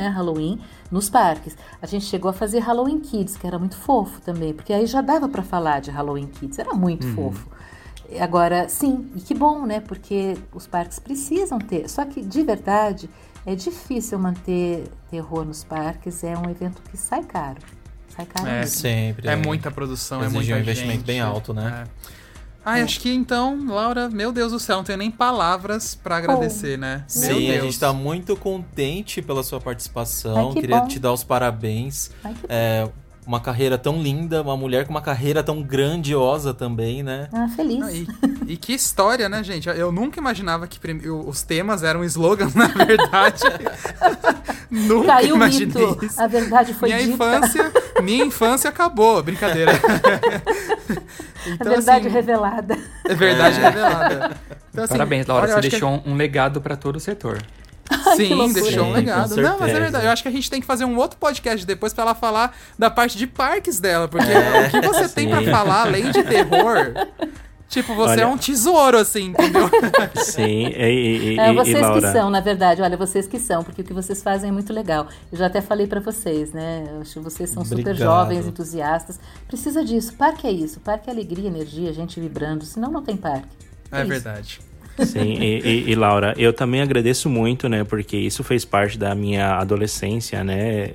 nos parques. A gente chegou a fazer Halloween Kids, que era muito fofo também, porque aí já dava para falar de Halloween Kids, era muito fofo. Agora, sim, e que bom, né? Porque os parques precisam ter, só que de verdade é difícil manter terror nos parques, é um evento que sai caro. Sai caro mesmo. Sempre. É muita produção, é muita gente. Exige um investimento gente. Bem alto, né? Acho que então, Laura, meu Deus do céu, não tenho nem palavras pra agradecer, né? Sim, a gente tá muito contente pela sua participação. Queria te dar os parabéns. Uma carreira tão linda, uma mulher com uma carreira tão grandiosa também, né? Feliz. E que história, né, gente? Eu nunca imaginava que os temas eram slogans, na verdade. Nunca Caiu imaginei o mito. Isso. A verdade foi dita. Minha infância acabou, brincadeira. Então, a verdade revelada. É verdade revelada. Então, assim, parabéns, Laura, você deixou um legado para todo o setor. Sim, deixou um legado. Não, mas é verdade. Eu acho que a gente tem que fazer um outro podcast depois pra ela falar da parte de parques dela. Porque o que você tem pra falar, além de terror... Tipo, você é um tesouro, assim, entendeu? Sim, vocês Laura... que são, na verdade. Olha, vocês que são, porque o que vocês fazem é muito legal. Eu já até falei pra vocês, né? Eu acho que vocês são super jovens, entusiastas. Precisa disso. Parque é isso. Parque é alegria, energia, gente vibrando. Senão não tem parque. É verdade. Sim, e Laura, eu também agradeço muito, né? Porque isso fez parte da minha adolescência, né?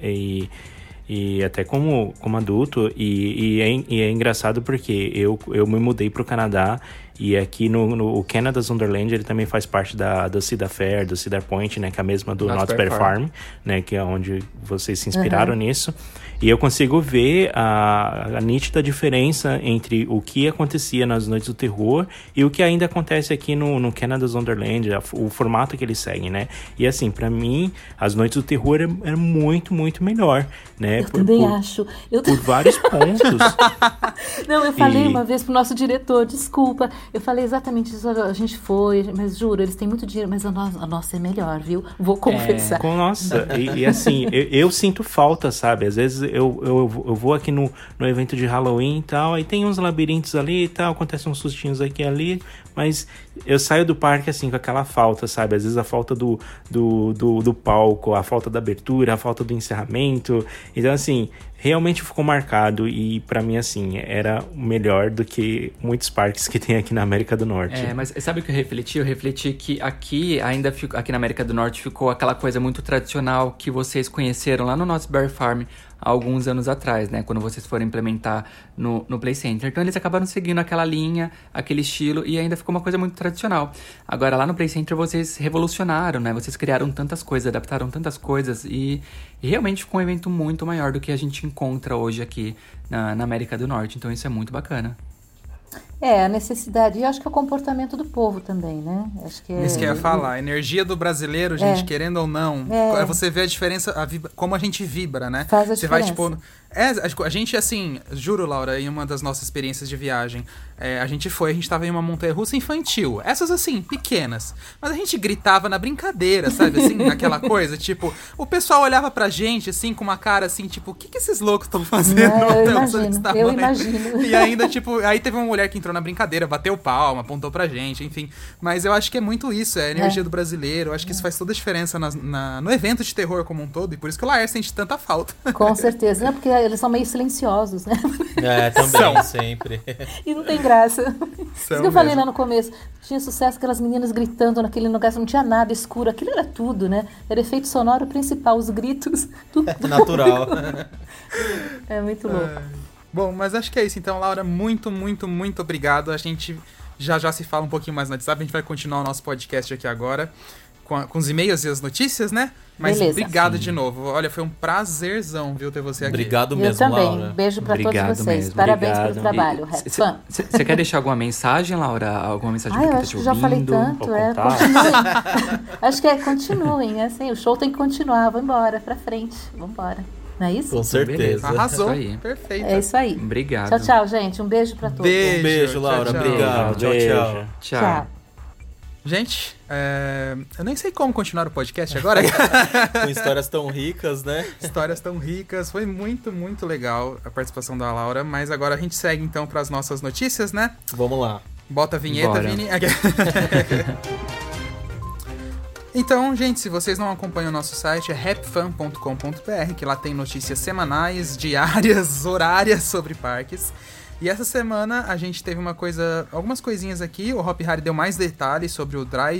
E até como adulto, e é engraçado porque eu me mudei pro Canadá, e aqui no Canada's Wonderland ele também faz parte do Cedar Fair, do Cedar Point, né, que é a mesma do Knott's Berry Farm, né, que é onde vocês se inspiraram nisso. E eu consigo ver a nítida diferença entre o que acontecia nas Noites do Terror e o que ainda acontece aqui no Canada's Wonderland, o formato que eles seguem, né? E assim, pra mim, as Noites do Terror é muito, muito melhor, né? Eu também acho. Por vários pontos. Não, eu falei uma vez pro nosso diretor, desculpa, eu falei exatamente isso, a gente foi, mas juro, eles têm muito dinheiro, mas a nossa é melhor, viu? Vou confessar. Nossa, e assim, eu sinto falta, sabe? Às vezes eu vou aqui no evento de Halloween e tal, aí tem uns labirintos ali e tal, acontecem uns sustinhos aqui e ali, mas eu saio do parque assim com aquela falta, sabe? Às vezes a falta do palco, a falta da abertura, a falta do encerramento. Então assim, realmente ficou marcado e pra mim assim, era melhor do que muitos parques que tem aqui na América do Norte. Mas sabe o que eu refleti? Eu refleti que aqui na América do Norte ficou aquela coisa muito tradicional que vocês conheceram lá no Knott's Berry Farm há alguns anos atrás, né? Quando vocês foram implementar no Play Center. Então eles acabaram seguindo aquela linha, aquele estilo, e ainda ficou uma coisa muito tradicional. Agora lá no Play Center vocês revolucionaram, né? Vocês criaram tantas coisas, adaptaram tantas coisas e realmente ficou um evento muito maior do que a gente encontra hoje aqui na América do Norte. Então isso é muito bacana. A necessidade, e acho que é o comportamento do povo também, né? Acho que isso que eu ia falar, a energia do brasileiro, gente, querendo ou não, você vê a diferença, como a gente vibra, né? Faz a você diferença. vai, tipo... a gente, assim, juro, Laura, em uma das nossas experiências de viagem, a gente tava em uma montanha-russa infantil, essas, assim, pequenas, mas a gente gritava na brincadeira, sabe, assim, naquela coisa, tipo, o pessoal olhava pra gente, assim, com uma cara, assim, tipo, o que esses loucos estão fazendo? Eu imagino. E ainda, tipo, aí teve uma mulher que entrou na brincadeira, bateu palma, apontou pra gente, enfim, mas eu acho que é muito isso, é a energia do brasileiro, eu acho que isso faz toda a diferença no evento de terror como um todo, e por isso que o Laércio sente tanta falta. Com certeza, não, porque eles são meio silenciosos, né? Também, sempre. E não tem graça. Isso que eu falei lá no começo. Tinha sucesso aquelas meninas gritando naquele lugar, não tinha nada escuro. Aquilo era tudo, né? Era efeito sonoro principal, os gritos. Tudo. Natural. É muito louco. Bom, mas acho que é isso. Então, Laura, muito, muito, muito obrigado. A gente já se fala um pouquinho mais no WhatsApp. A gente vai continuar o nosso podcast aqui agora. Com os e-mails e as notícias, né? Mas beleza. Obrigado de novo. Olha, foi um prazerzão, viu, ter você aqui. Obrigado mesmo, eu também. Laura. Beijo pra Obrigado todos vocês. mesmo. Parabéns Obrigado. pelo trabalho. Você quer deixar alguma mensagem, Laura? Alguma mensagem pra eu quem acho tá que te já falei ouvindo? tanto. Continuem. Acho que continuem. Assim, o show tem que continuar. Vamos embora, pra frente. Vamos embora. Não é isso? Com certeza. Arrasou. É isso aí. Perfeito. É isso aí. Obrigado. Tchau, tchau, gente. Um beijo pra todos. Um beijo, Laura. Tchau, Obrigado. Tchau. Tchau. Gente, eu nem sei como continuar o podcast agora. Com histórias tão ricas, né? Histórias tão ricas. Foi muito, muito legal a participação da Laura. Mas agora a gente segue então para as nossas notícias, né? Vamos lá. Bota a vinheta, Bora. Vini. Então, gente, se vocês não acompanham o nosso site, é rapfan.com.br, que lá tem notícias semanais, diárias, horárias sobre parques. E essa semana a gente teve algumas coisinhas aqui. O Hop Hari deu mais detalhes sobre o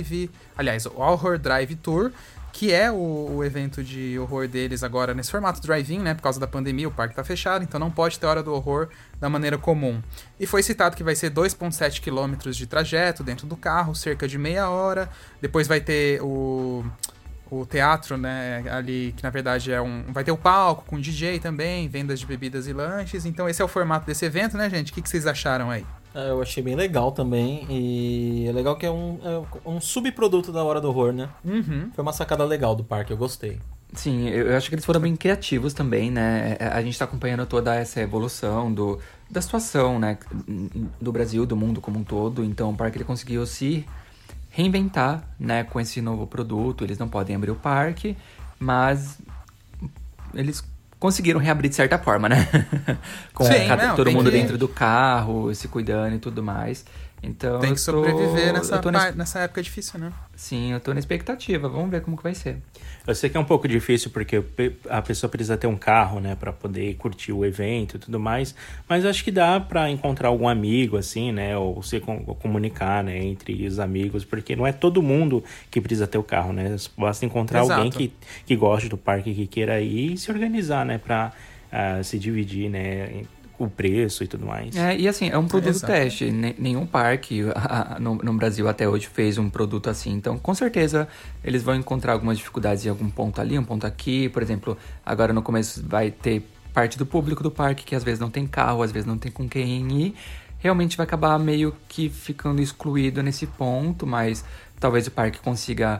o Horror Drive Tour, que é o evento de horror deles agora nesse formato drive-in, né? Por causa da pandemia, o parque tá fechado, então não pode ter Hora do Horror da maneira comum. E foi citado que vai ser 2,7 km de trajeto dentro do carro, cerca de meia hora. Depois vai ter o teatro, né, ali, que na verdade vai ter o palco com DJ também, vendas de bebidas e lanches. Então esse é o formato desse evento, né, gente? O que vocês acharam aí? Eu achei bem legal também. E é legal que é um subproduto da Hora do Horror, né? Uhum. Foi uma sacada legal do parque, eu gostei. Sim, eu acho que eles foram bem criativos também, né? A gente tá acompanhando toda essa evolução da situação, né? Do Brasil, do mundo como um todo. Então o parque ele conseguiu se reinventar, né, com esse novo produto. Eles não podem abrir o parque, mas eles conseguiram reabrir de certa forma, né? Com todo mundo dentro do carro, se cuidando e tudo mais. Então, tem que sobreviver nessa época difícil, né? Sim, eu tô na expectativa. Vamos ver como que vai ser. Eu sei que é um pouco difícil porque a pessoa precisa ter um carro, né, pra poder curtir o evento e tudo mais, mas acho que dá pra encontrar algum amigo, assim, né, ou se comunicar, né, entre os amigos, porque não é todo mundo que precisa ter o carro, né, basta encontrar alguém que goste do parque, que queira ir e se organizar, né, pra se dividir, né, o preço e tudo mais. E assim, é um produto teste. Nenhum parque no Brasil até hoje fez um produto assim. Então, com certeza, eles vão encontrar algumas dificuldades em algum ponto ali, um ponto aqui. Por exemplo, agora no começo vai ter parte do público do parque que às vezes não tem carro, às vezes não tem com quem ir. Realmente vai acabar meio que ficando excluído nesse ponto, mas talvez o parque consiga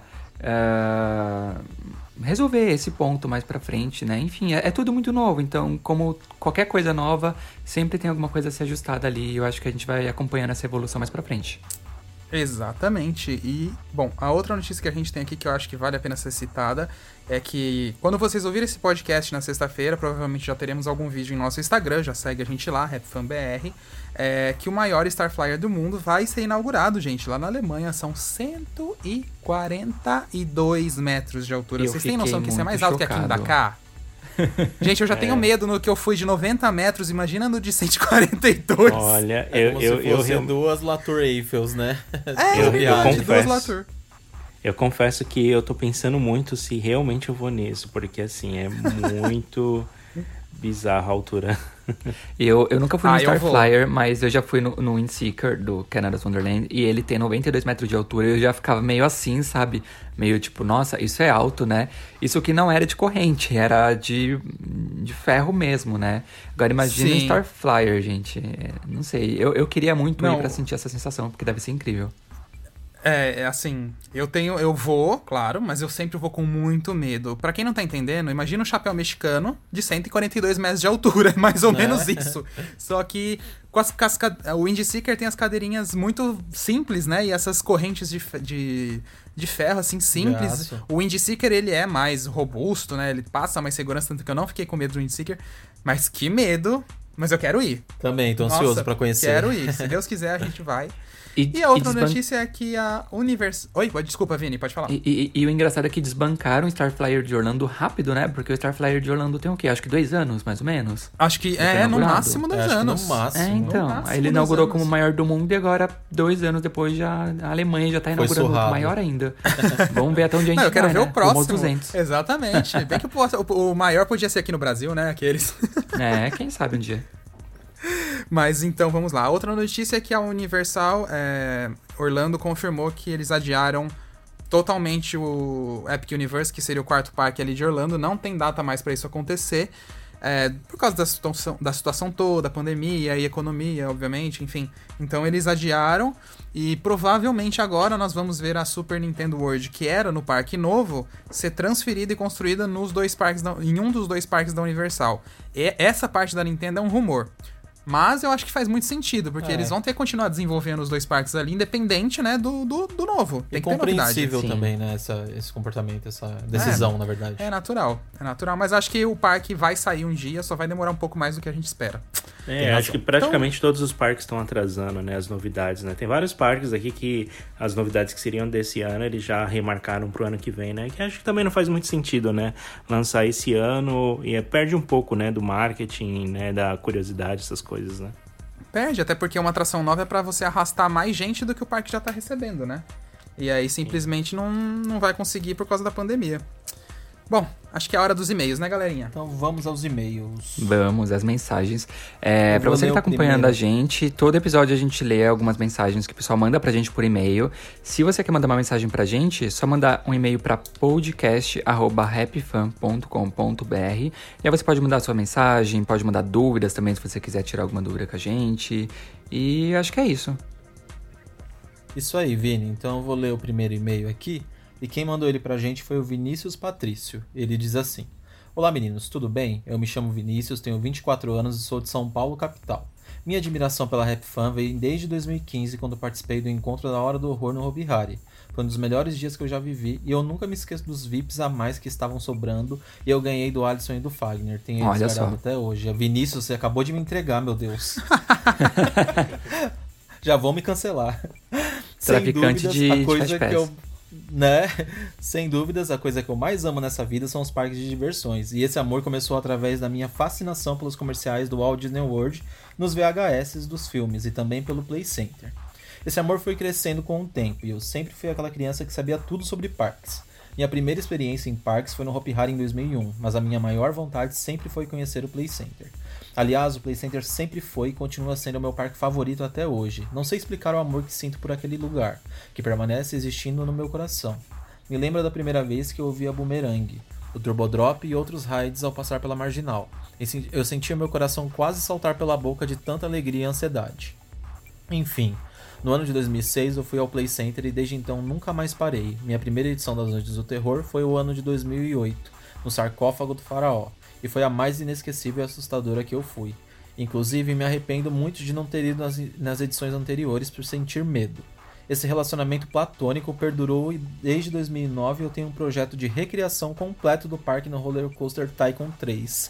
resolver esse ponto mais pra frente, né? Enfim, é tudo muito novo, então como qualquer coisa nova, sempre tem alguma coisa a ser ajustada ali, e eu acho que a gente vai acompanhando essa evolução mais pra frente. Exatamente. E, bom, a outra notícia que a gente tem aqui que eu acho que vale a pena ser citada é que quando vocês ouvirem esse podcast na sexta-feira, provavelmente já teremos algum vídeo em nosso Instagram, já segue a gente lá, RapFanBR, que o maior Starflyer do mundo vai ser inaugurado, gente, lá na Alemanha. São 142 metros de altura. Vocês têm noção que isso é mais alto que aqui em Dakar? Gente, eu já tenho medo no que eu fui de 90 metros, imagina no de 142. Olha, eu duas Latour Eiffels, né? Eu confesso que eu tô pensando muito se realmente eu vou nisso, porque assim, é muito bizarra a altura. Eu nunca fui no Starflyer, mas eu já fui no Windseeker do Canada's Wonderland, e ele tem 92 metros de altura, e eu já ficava meio assim, sabe? Meio tipo, nossa, isso é alto, né? Isso que não era de corrente, era de ferro mesmo, né? Agora imagina um Starflyer, gente. Não sei, eu queria muito ir pra sentir essa sensação, porque deve ser incrível. Assim, eu vou, claro, mas eu sempre vou com muito medo. Pra quem não tá entendendo, imagina um chapéu mexicano de 142 metros de altura, é mais ou menos isso. Só que o Windseeker tem as cadeirinhas muito simples, né? E essas correntes de ferro, assim, simples. O Windseeker, ele é mais robusto, né? Ele passa mais segurança, tanto que eu não fiquei com medo do Windseeker. Mas que medo Mas eu quero ir. Também, tô ansioso pra conhecer. Quero ir. Se Deus quiser, a gente vai. E a outra notícia é que a Universal... Oi, desculpa, Vini, pode falar. E o engraçado é que desbancaram o Star Flyer de Orlando rápido, né? Porque o Star Flyer de Orlando tem o quê? Acho que 2 anos, mais ou menos. Acho que no máximo 2 anos. No máximo. Então. Aí ele inaugurou como o maior do mundo e agora, 2 anos depois, já a Alemanha já tá inaugurando outro maior ainda. Vamos ver até onde a gente vai, eu quero ver o próximo. 200. Exatamente. Bem que o maior podia ser aqui no Brasil, né? Aqueles. Quem sabe um dia. Mas então, vamos lá. A outra notícia é que a Universal Orlando confirmou que eles adiaram totalmente o Epic Universe, que seria o 4º parque ali de Orlando. Não tem data mais para isso acontecer, por causa da situação toda, pandemia e economia, obviamente, enfim. Então eles adiaram e provavelmente agora nós vamos ver a Super Nintendo World, que era no parque novo, ser transferida e construída em um dos 2 parques da Universal. E essa parte da Nintendo é um rumor. Mas eu acho que faz muito sentido, porque eles vão ter que continuar desenvolvendo os 2 parques ali, independente, né, do novo. Tem que ter novidade. É compreensível também, né, esse comportamento, essa decisão, na verdade. É natural, mas acho que o parque vai sair um dia, só vai demorar um pouco mais do que a gente espera. Acho que praticamente todos os parques estão atrasando, né, as novidades, né. Tem vários parques aqui que as novidades que seriam desse ano, eles já remarcaram pro ano que vem, né, que acho que também não faz muito sentido, né, lançar esse ano e perde um pouco, né, do marketing, né, da curiosidade, essas coisas. Né? Perde, até porque uma atração nova é pra você arrastar mais gente do que o parque já tá recebendo, né? E aí simplesmente não vai conseguir por causa da pandemia. Bom, acho que é a hora dos e-mails, né, galerinha? Então vamos aos e-mails. Vamos, as mensagens. Pra você que tá acompanhando a gente, todo episódio a gente lê algumas mensagens que o pessoal manda pra gente por e-mail. Se você quer mandar uma mensagem pra gente, é só mandar um e-mail pra podcast@rapfan.com.br. E aí você pode mandar sua mensagem, pode mandar dúvidas também, se você quiser tirar alguma dúvida com a gente. E acho que é isso. Isso aí, Vini. Então eu vou ler o primeiro e-mail aqui. E quem mandou ele pra gente foi o Vinícius Patrício. Ele diz assim: Olá meninos, tudo bem? Eu me chamo Vinícius, tenho 24 anos e sou de São Paulo, capital. Minha admiração pela Rap Fan veio desde 2015, quando participei do Encontro da Hora do Horror no Hopi Hari. Foi um dos melhores dias que eu já vivi e eu nunca me esqueço dos VIPs a mais que estavam sobrando e eu ganhei do Alisson e do Fagner. Tenho eles guardados até hoje. Vinícius, você acabou de me entregar, meu Deus. Já vão me cancelar. Traficante de coisa que eu... Né? Sem dúvidas, a coisa que eu mais amo nessa vida são os parques de diversões. E esse amor começou através da minha fascinação pelos comerciais do Walt Disney World nos VHS dos filmes e também pelo Play Center. Esse amor foi crescendo com o tempo e eu sempre fui aquela criança que sabia tudo sobre parques. Minha primeira experiência em parques foi no Hopi Hari em 2001, mas a minha maior vontade sempre foi conhecer o Play Center. Aliás, o Play Center sempre foi e continua sendo o meu parque favorito até hoje. Não sei explicar o amor que sinto por aquele lugar, que permanece existindo no meu coração. Me lembra da primeira vez que eu ouvi a Boomerang, o Turbo Drop e outros rides ao passar pela Marginal. Eu sentia meu coração quase saltar pela boca de tanta alegria e ansiedade. Enfim, no ano de 2006 eu fui ao Play Center e desde então nunca mais parei. Minha primeira edição das Noites do Terror foi o ano de 2008, no Sarcófago do Faraó. E foi a mais inesquecível e assustadora que eu fui. Inclusive, me arrependo muito de não ter ido nas edições anteriores por sentir medo. Esse relacionamento platônico perdurou e desde 2009 eu tenho um projeto de recriação completo do parque no Roller Coaster Tycoon 3.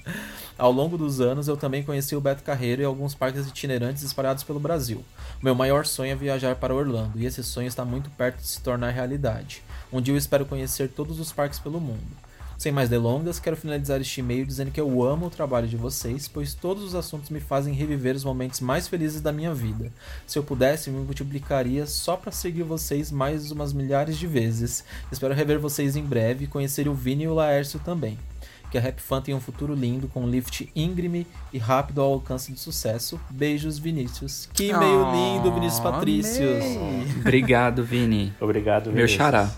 Ao longo dos anos, eu também conheci o Beto Carreiro e alguns parques itinerantes espalhados pelo Brasil. O meu maior sonho é viajar para Orlando, e esse sonho está muito perto de se tornar realidade. Um dia eu espero conhecer todos os parques pelo mundo. Sem mais delongas, quero finalizar este e-mail dizendo que eu amo o trabalho de vocês, pois todos os assuntos me fazem reviver os momentos mais felizes da minha vida. Se eu pudesse, me multiplicaria só para seguir vocês mais umas milhares de vezes. Espero rever vocês em breve e conhecer o Vini e o Laércio também. Que a Rap Fan tenha um futuro lindo, com um lift íngreme e rápido ao alcance de sucesso. Beijos, Vinícius. Que e-mail lindo, Vinícius Patrícios. Obrigado, Vini. Obrigado, Vinícius. Meu xará.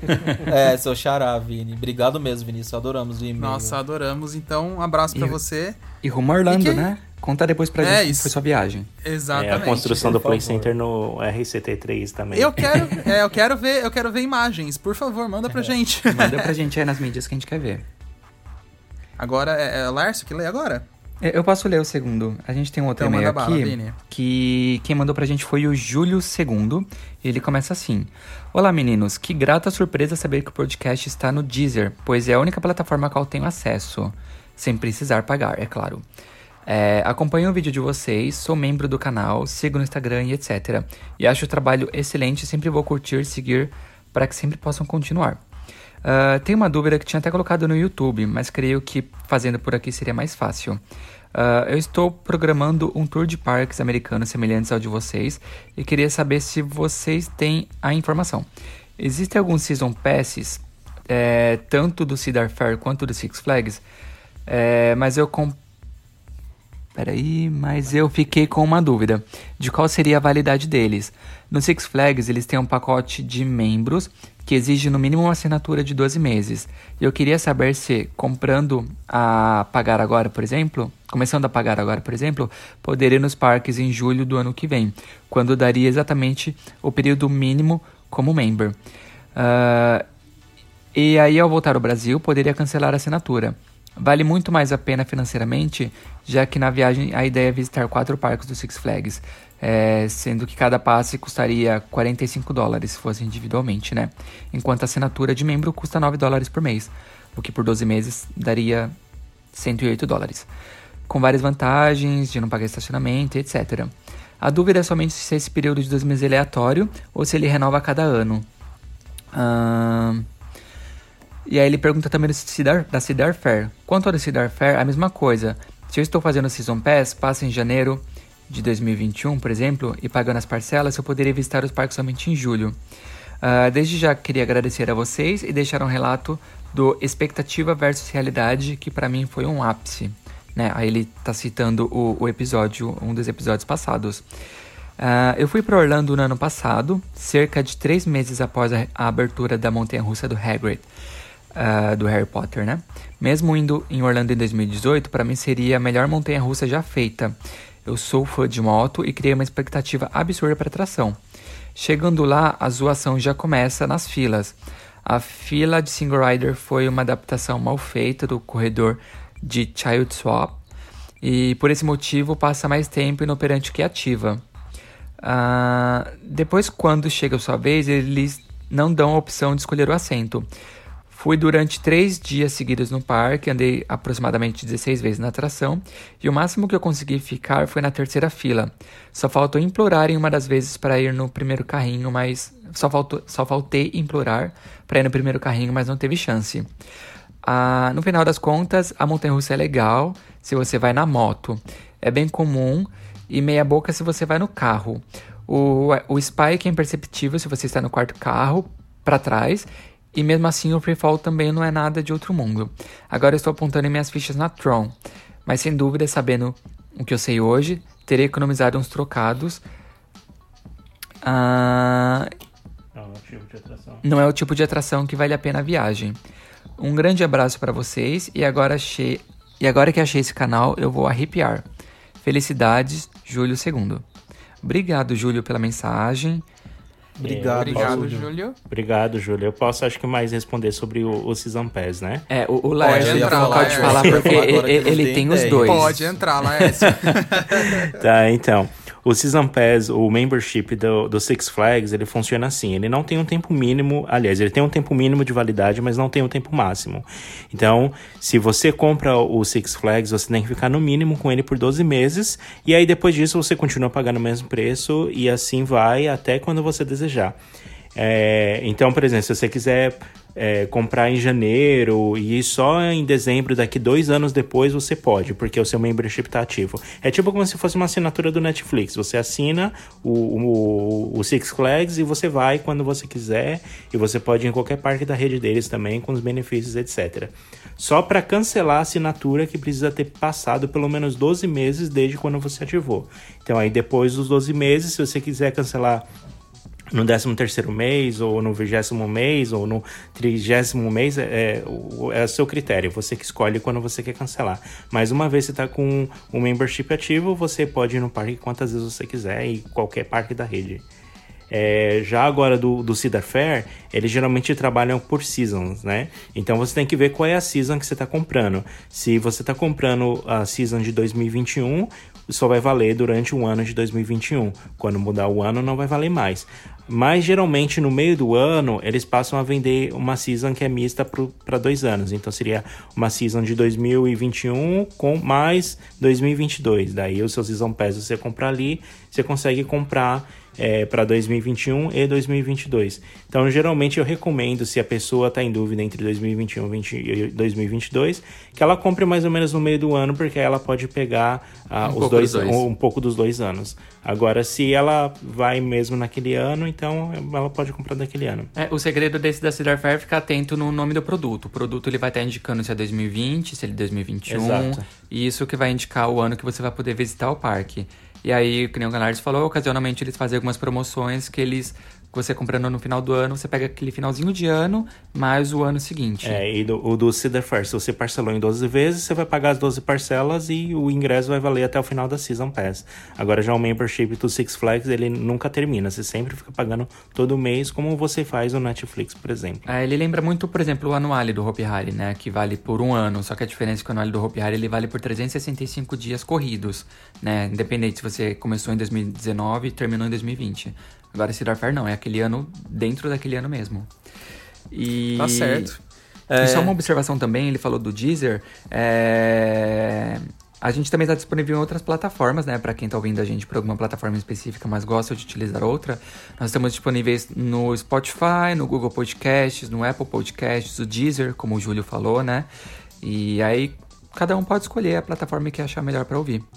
Seu xará, Vini. Obrigado mesmo, Vinícius. Adoramos o e-mail. Nossa, adoramos. Então, um abraço pra você. E rumo a Orlando, né? Conta depois pra gente como foi sua viagem. Exatamente. A construção do Play Center no RCT3 também. Eu quero ver imagens. Por favor, manda pra gente. Manda pra gente aí nas mídias que a gente quer ver. Agora, é o Lárcio que lê agora? Eu posso ler o segundo. A gente tem um outro e-mail aqui, que quem mandou pra gente foi o Júlio II. Ele começa assim: Olá meninos, que grata surpresa saber que o podcast está no Deezer, pois é a única plataforma a qual tenho acesso, sem precisar pagar, é claro. Acompanho o vídeo de vocês, sou membro do canal, sigo no Instagram e etc. E acho o trabalho excelente, sempre vou curtir, seguir, para que sempre possam continuar. Tem uma dúvida que tinha até colocado no YouTube, mas creio que fazendo por aqui seria mais fácil. Eu estou programando um tour de parques americanos semelhantes ao de vocês e queria saber se vocês têm a informação. Existem alguns Season Passes, tanto do Cedar Fair quanto do Six Flags, mas eu fiquei com uma dúvida de qual seria a validade deles. No Six Flags, eles têm um pacote de membros que exige no mínimo uma assinatura de 12 meses. E eu queria saber se, começando a pagar agora, por exemplo, poderia ir nos parques em julho do ano que vem, quando daria exatamente o período mínimo como member. E aí, ao voltar ao Brasil, poderia cancelar a assinatura. Vale muito mais a pena financeiramente, já que na viagem a ideia é visitar 4 parques do Six Flags, sendo que cada passe custaria $45 se fosse individualmente, né? Enquanto a assinatura de membro custa $9 por mês, o que por 12 meses daria $108, com várias vantagens de não pagar estacionamento, etc. A dúvida é somente se esse período de 12 meses é aleatório ou se ele renova a cada ano. E aí ele pergunta também da Cedar Fair. Quanto ao Cedar Fair, a mesma coisa. Se eu estou fazendo o Season Pass, passa em janeiro de 2021, por exemplo, e pagando as parcelas, eu poderia visitar os parques somente em julho. Desde já queria agradecer a vocês e deixar um relato do expectativa versus realidade, que para mim foi um ápice. Né? Aí ele está citando o episódio, um dos episódios passados. Eu fui para Orlando no ano passado, cerca de 3 meses após a abertura da montanha-russa do Hagrid. Do Harry Potter, né? Mesmo indo em Orlando em 2018, para mim seria a melhor montanha-russa já feita. Eu sou fã de moto e criei uma expectativa absurda para a atração. Chegando lá, a zoação já começa nas filas. A fila de Single Rider foi uma adaptação mal feita do corredor de Child Swap e por esse motivo passa mais tempo inoperante que ativa. Depois, quando chega a sua vez, eles não dão a opção de escolher o assento. Fui durante 3 dias seguidos no parque, andei aproximadamente 16 vezes na atração e o máximo que eu consegui ficar foi na 3ª fila. Só faltou implorar em uma das vezes para ir no primeiro carrinho, mas só faltei implorar para ir no primeiro carrinho, mas não teve chance. No final das contas, a montanha-russa é legal se você vai na moto. É bem comum e meia boca se você vai no carro. O spike é imperceptível se você está no quarto carro para trás. E mesmo assim o Free Fall também não é nada de outro mundo. Agora eu estou apontando em minhas fichas na Tron. Mas sem dúvida, sabendo o que eu sei hoje, terei economizado uns trocados. Não é o tipo de atração que vale a pena a viagem. Um grande abraço para vocês e agora que achei esse canal, eu vou arrepiar. Felicidades, Júlio II. Obrigado, Júlio, pela mensagem. Obrigado, Júlio. Obrigado, Júlio. Eu posso, acho que mais responder sobre o Season Pass, né? O Laércio pode falar porque ele tem os dois. Pode entrar, Laércio. Tá, então. O Season Pass, o membership do Six Flags, ele funciona assim. Ele não tem um tempo mínimo, aliás, ele tem um tempo mínimo de validade, mas não tem um tempo máximo. Então, se você compra o Six Flags, você tem que ficar no mínimo com ele por 12 meses. E aí, depois disso, você continua pagando o mesmo preço e assim vai até quando você desejar. Então, por exemplo, se você quiser comprar em janeiro e só em dezembro, daqui 2 anos depois, você pode, porque o seu membership está ativo. É tipo como se fosse uma assinatura do Netflix. Você assina o Six Flags e você vai quando você quiser e você pode ir em qualquer parque da rede deles também, com os benefícios, etc. Só para cancelar a assinatura que precisa ter passado pelo menos 12 meses desde quando você ativou. Então aí depois dos 12 meses, se você quiser cancelar no 13º mês, ou no 20º mês, ou no 30º mês, é o seu critério, você que escolhe quando você quer cancelar. Mas uma vez que você está com o membership ativo, você pode ir no parque quantas vezes você quiser, em qualquer parque da rede. Já agora do Cedar Fair, eles geralmente trabalham por seasons, né? Então você tem que ver qual é a season que você está comprando. Se você está comprando a season de 2021, só vai valer durante o ano de 2021. Quando mudar o ano, não vai valer mais. Mas geralmente no meio do ano eles passam a vender uma season que é mista para 2 anos. Então seria uma season de 2021 com mais 2022. Daí o seu Season Pass você compra ali, você consegue comprar para 2021 e 2022. Então geralmente eu recomendo, se a pessoa está em dúvida entre 2021 e 2022, que ela compre mais ou menos no meio do ano, porque ela pode pegar um pouco dos 2 anos. Agora, se ela vai mesmo naquele ano, então ela pode comprar daquele ano. O segredo desse da Cedar Fair é ficar atento no nome do produto. O produto ele vai estar indicando se é 2020, se ele é 2021. Exato. E isso que vai indicar o ano que você vai poder visitar o parque. E aí, que nem o Galardes falou, ocasionalmente eles fazem algumas promoções que você comprando no final do ano, você pega aquele finalzinho de ano, mais o ano seguinte. E o do Cedar Fair, se você parcelou em 12 vezes, você vai pagar as 12 parcelas e o ingresso vai valer até o final da Season Pass. Agora já o membership do Six Flags, ele nunca termina, você sempre fica pagando todo mês, como você faz no Netflix, por exemplo. Ele lembra muito, por exemplo, o Anuale do Hopi Hari, né, que vale por 1 ano, só que a diferença é que o Anuale do Hopi Hari, ele vale por 365 dias corridos, né, independente se você começou em 2019 e terminou em 2020. Agora, Cedar Fair não, é aquele ano dentro daquele ano mesmo. Tá certo. E só uma observação também, ele falou do Deezer. A gente também está disponível em outras plataformas, né? Para quem está ouvindo a gente por alguma plataforma específica, mas gosta de utilizar outra. Nós estamos disponíveis no Spotify, no Google Podcasts, no Apple Podcasts, o Deezer, como o Júlio falou, né? E aí, cada um pode escolher a plataforma que achar melhor para ouvir.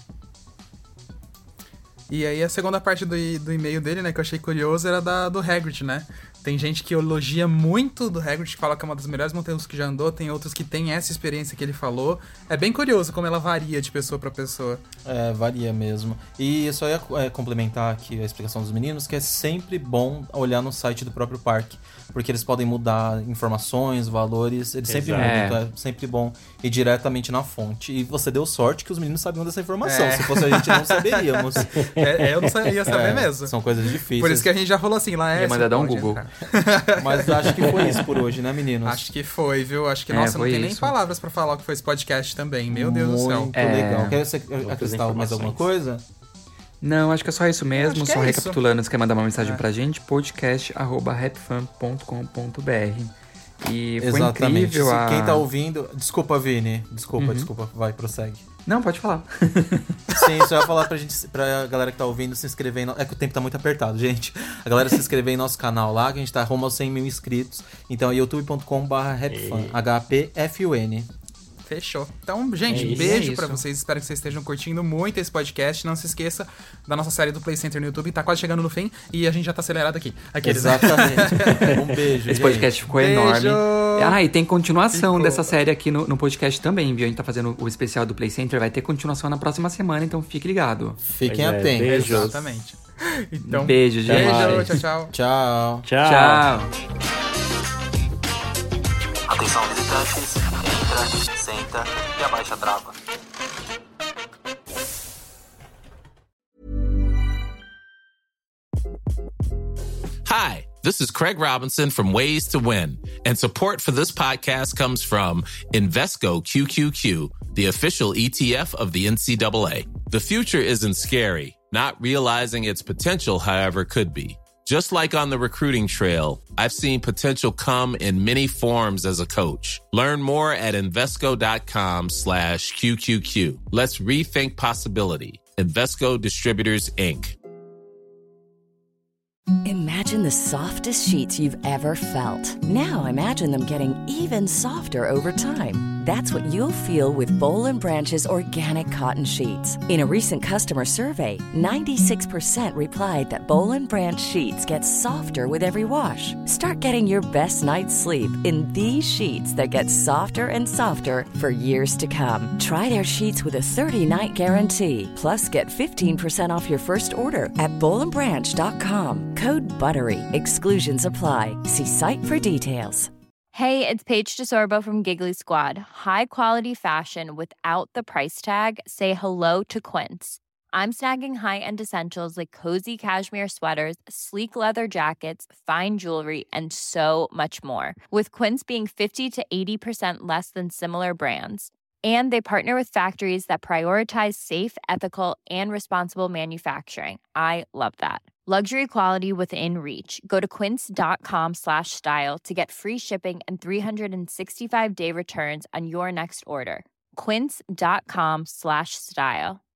E aí a segunda parte do e-mail dele, né, que eu achei curioso, era do Hagrid, né? Tem gente que elogia muito do Hagrid, que fala que é uma das melhores montanhas que já andou, tem outros que tem essa experiência que ele falou. É bem curioso como ela varia de pessoa pra pessoa. Varia mesmo. E eu só ia complementar aqui a explicação dos meninos, que é sempre bom olhar no site do próprio parque, porque eles podem mudar informações, valores, eles sempre mudam, então é sempre bom ir diretamente na fonte. E você deu sorte que os meninos sabiam dessa informação, se fosse a gente não saberíamos. Eu não ia saber mesmo. São coisas difíceis. Por isso que a gente já falou assim, lá ia mandar dar um Google. Mas acho que foi isso por hoje, né, meninos? Acho que foi, viu? Acho que, nossa, não tem nem palavras pra falar o que foi esse podcast também. Meu Deus do céu. Muito legal. Quer acrescentar mais alguma coisa? Não, acho que é só isso mesmo. Só recapitulando, você quer mandar uma mensagem pra gente? podcast@rapfan.com.br. E foi incrível Quem tá ouvindo... Desculpa, Vini. Desculpa. Vai, prossegue. Não, pode falar. Sim, só ia falar pra galera que tá ouvindo se inscrever É que o tempo tá muito apertado, gente. A galera se inscrever em nosso canal lá, que a gente tá rumo aos 100 mil inscritos. Então é youtube.com/rapfan. HPFUN. Fechou. Então, gente, beijo pra vocês. Espero que vocês estejam curtindo muito esse podcast. Não se esqueça da nossa série do Play Center no YouTube. Tá quase chegando no fim e a gente já tá acelerado aqui. Exatamente. Um beijo. Esse podcast ficou enorme. E tem continuação dessa série aqui no podcast também, viu? A gente tá fazendo o especial do Play Center. Vai ter continuação na próxima semana, então fique ligado. Fiquem atentos. Beijos. Exatamente. Então, beijo, gente. Tchau. Atenção, visitantes. Entra, senta e abaixa a trava. Hi, this is Craig Robinson from Ways to Win, and support for this podcast comes from Invesco QQQ, the official ETF of the NCAA. The future isn't scary. Not realizing its potential, however, could be. Just like on the recruiting trail, I've seen potential come in many forms as a coach. Learn more at Invesco.com/QQQ. Let's rethink possibility. Invesco Distributors, Inc. Imagine the softest sheets you've ever felt. Now imagine them getting even softer over time. That's what you'll feel with Boll & Branch's organic cotton sheets. In a recent customer survey, 96% replied that Boll & Branch sheets get softer with every wash. Start getting your best night's sleep in these sheets that get softer and softer for years to come. Try their sheets with a 30-night guarantee. Plus, get 15% off your first order at bollandbranch.com. Code BUTTERY. Exclusions apply. See site for details. Hey, it's Paige DeSorbo from Giggly Squad. High quality fashion without the price tag. Say hello to Quince. I'm snagging high-end essentials like cozy cashmere sweaters, sleek leather jackets, fine jewelry, and so much more. With Quince being 50 to 80% less than similar brands. And they partner with factories that prioritize safe, ethical, and responsible manufacturing. I love that. Luxury quality within reach. Go to quince.com/style to get free shipping and 365-day returns on your next order. Quince.com/style.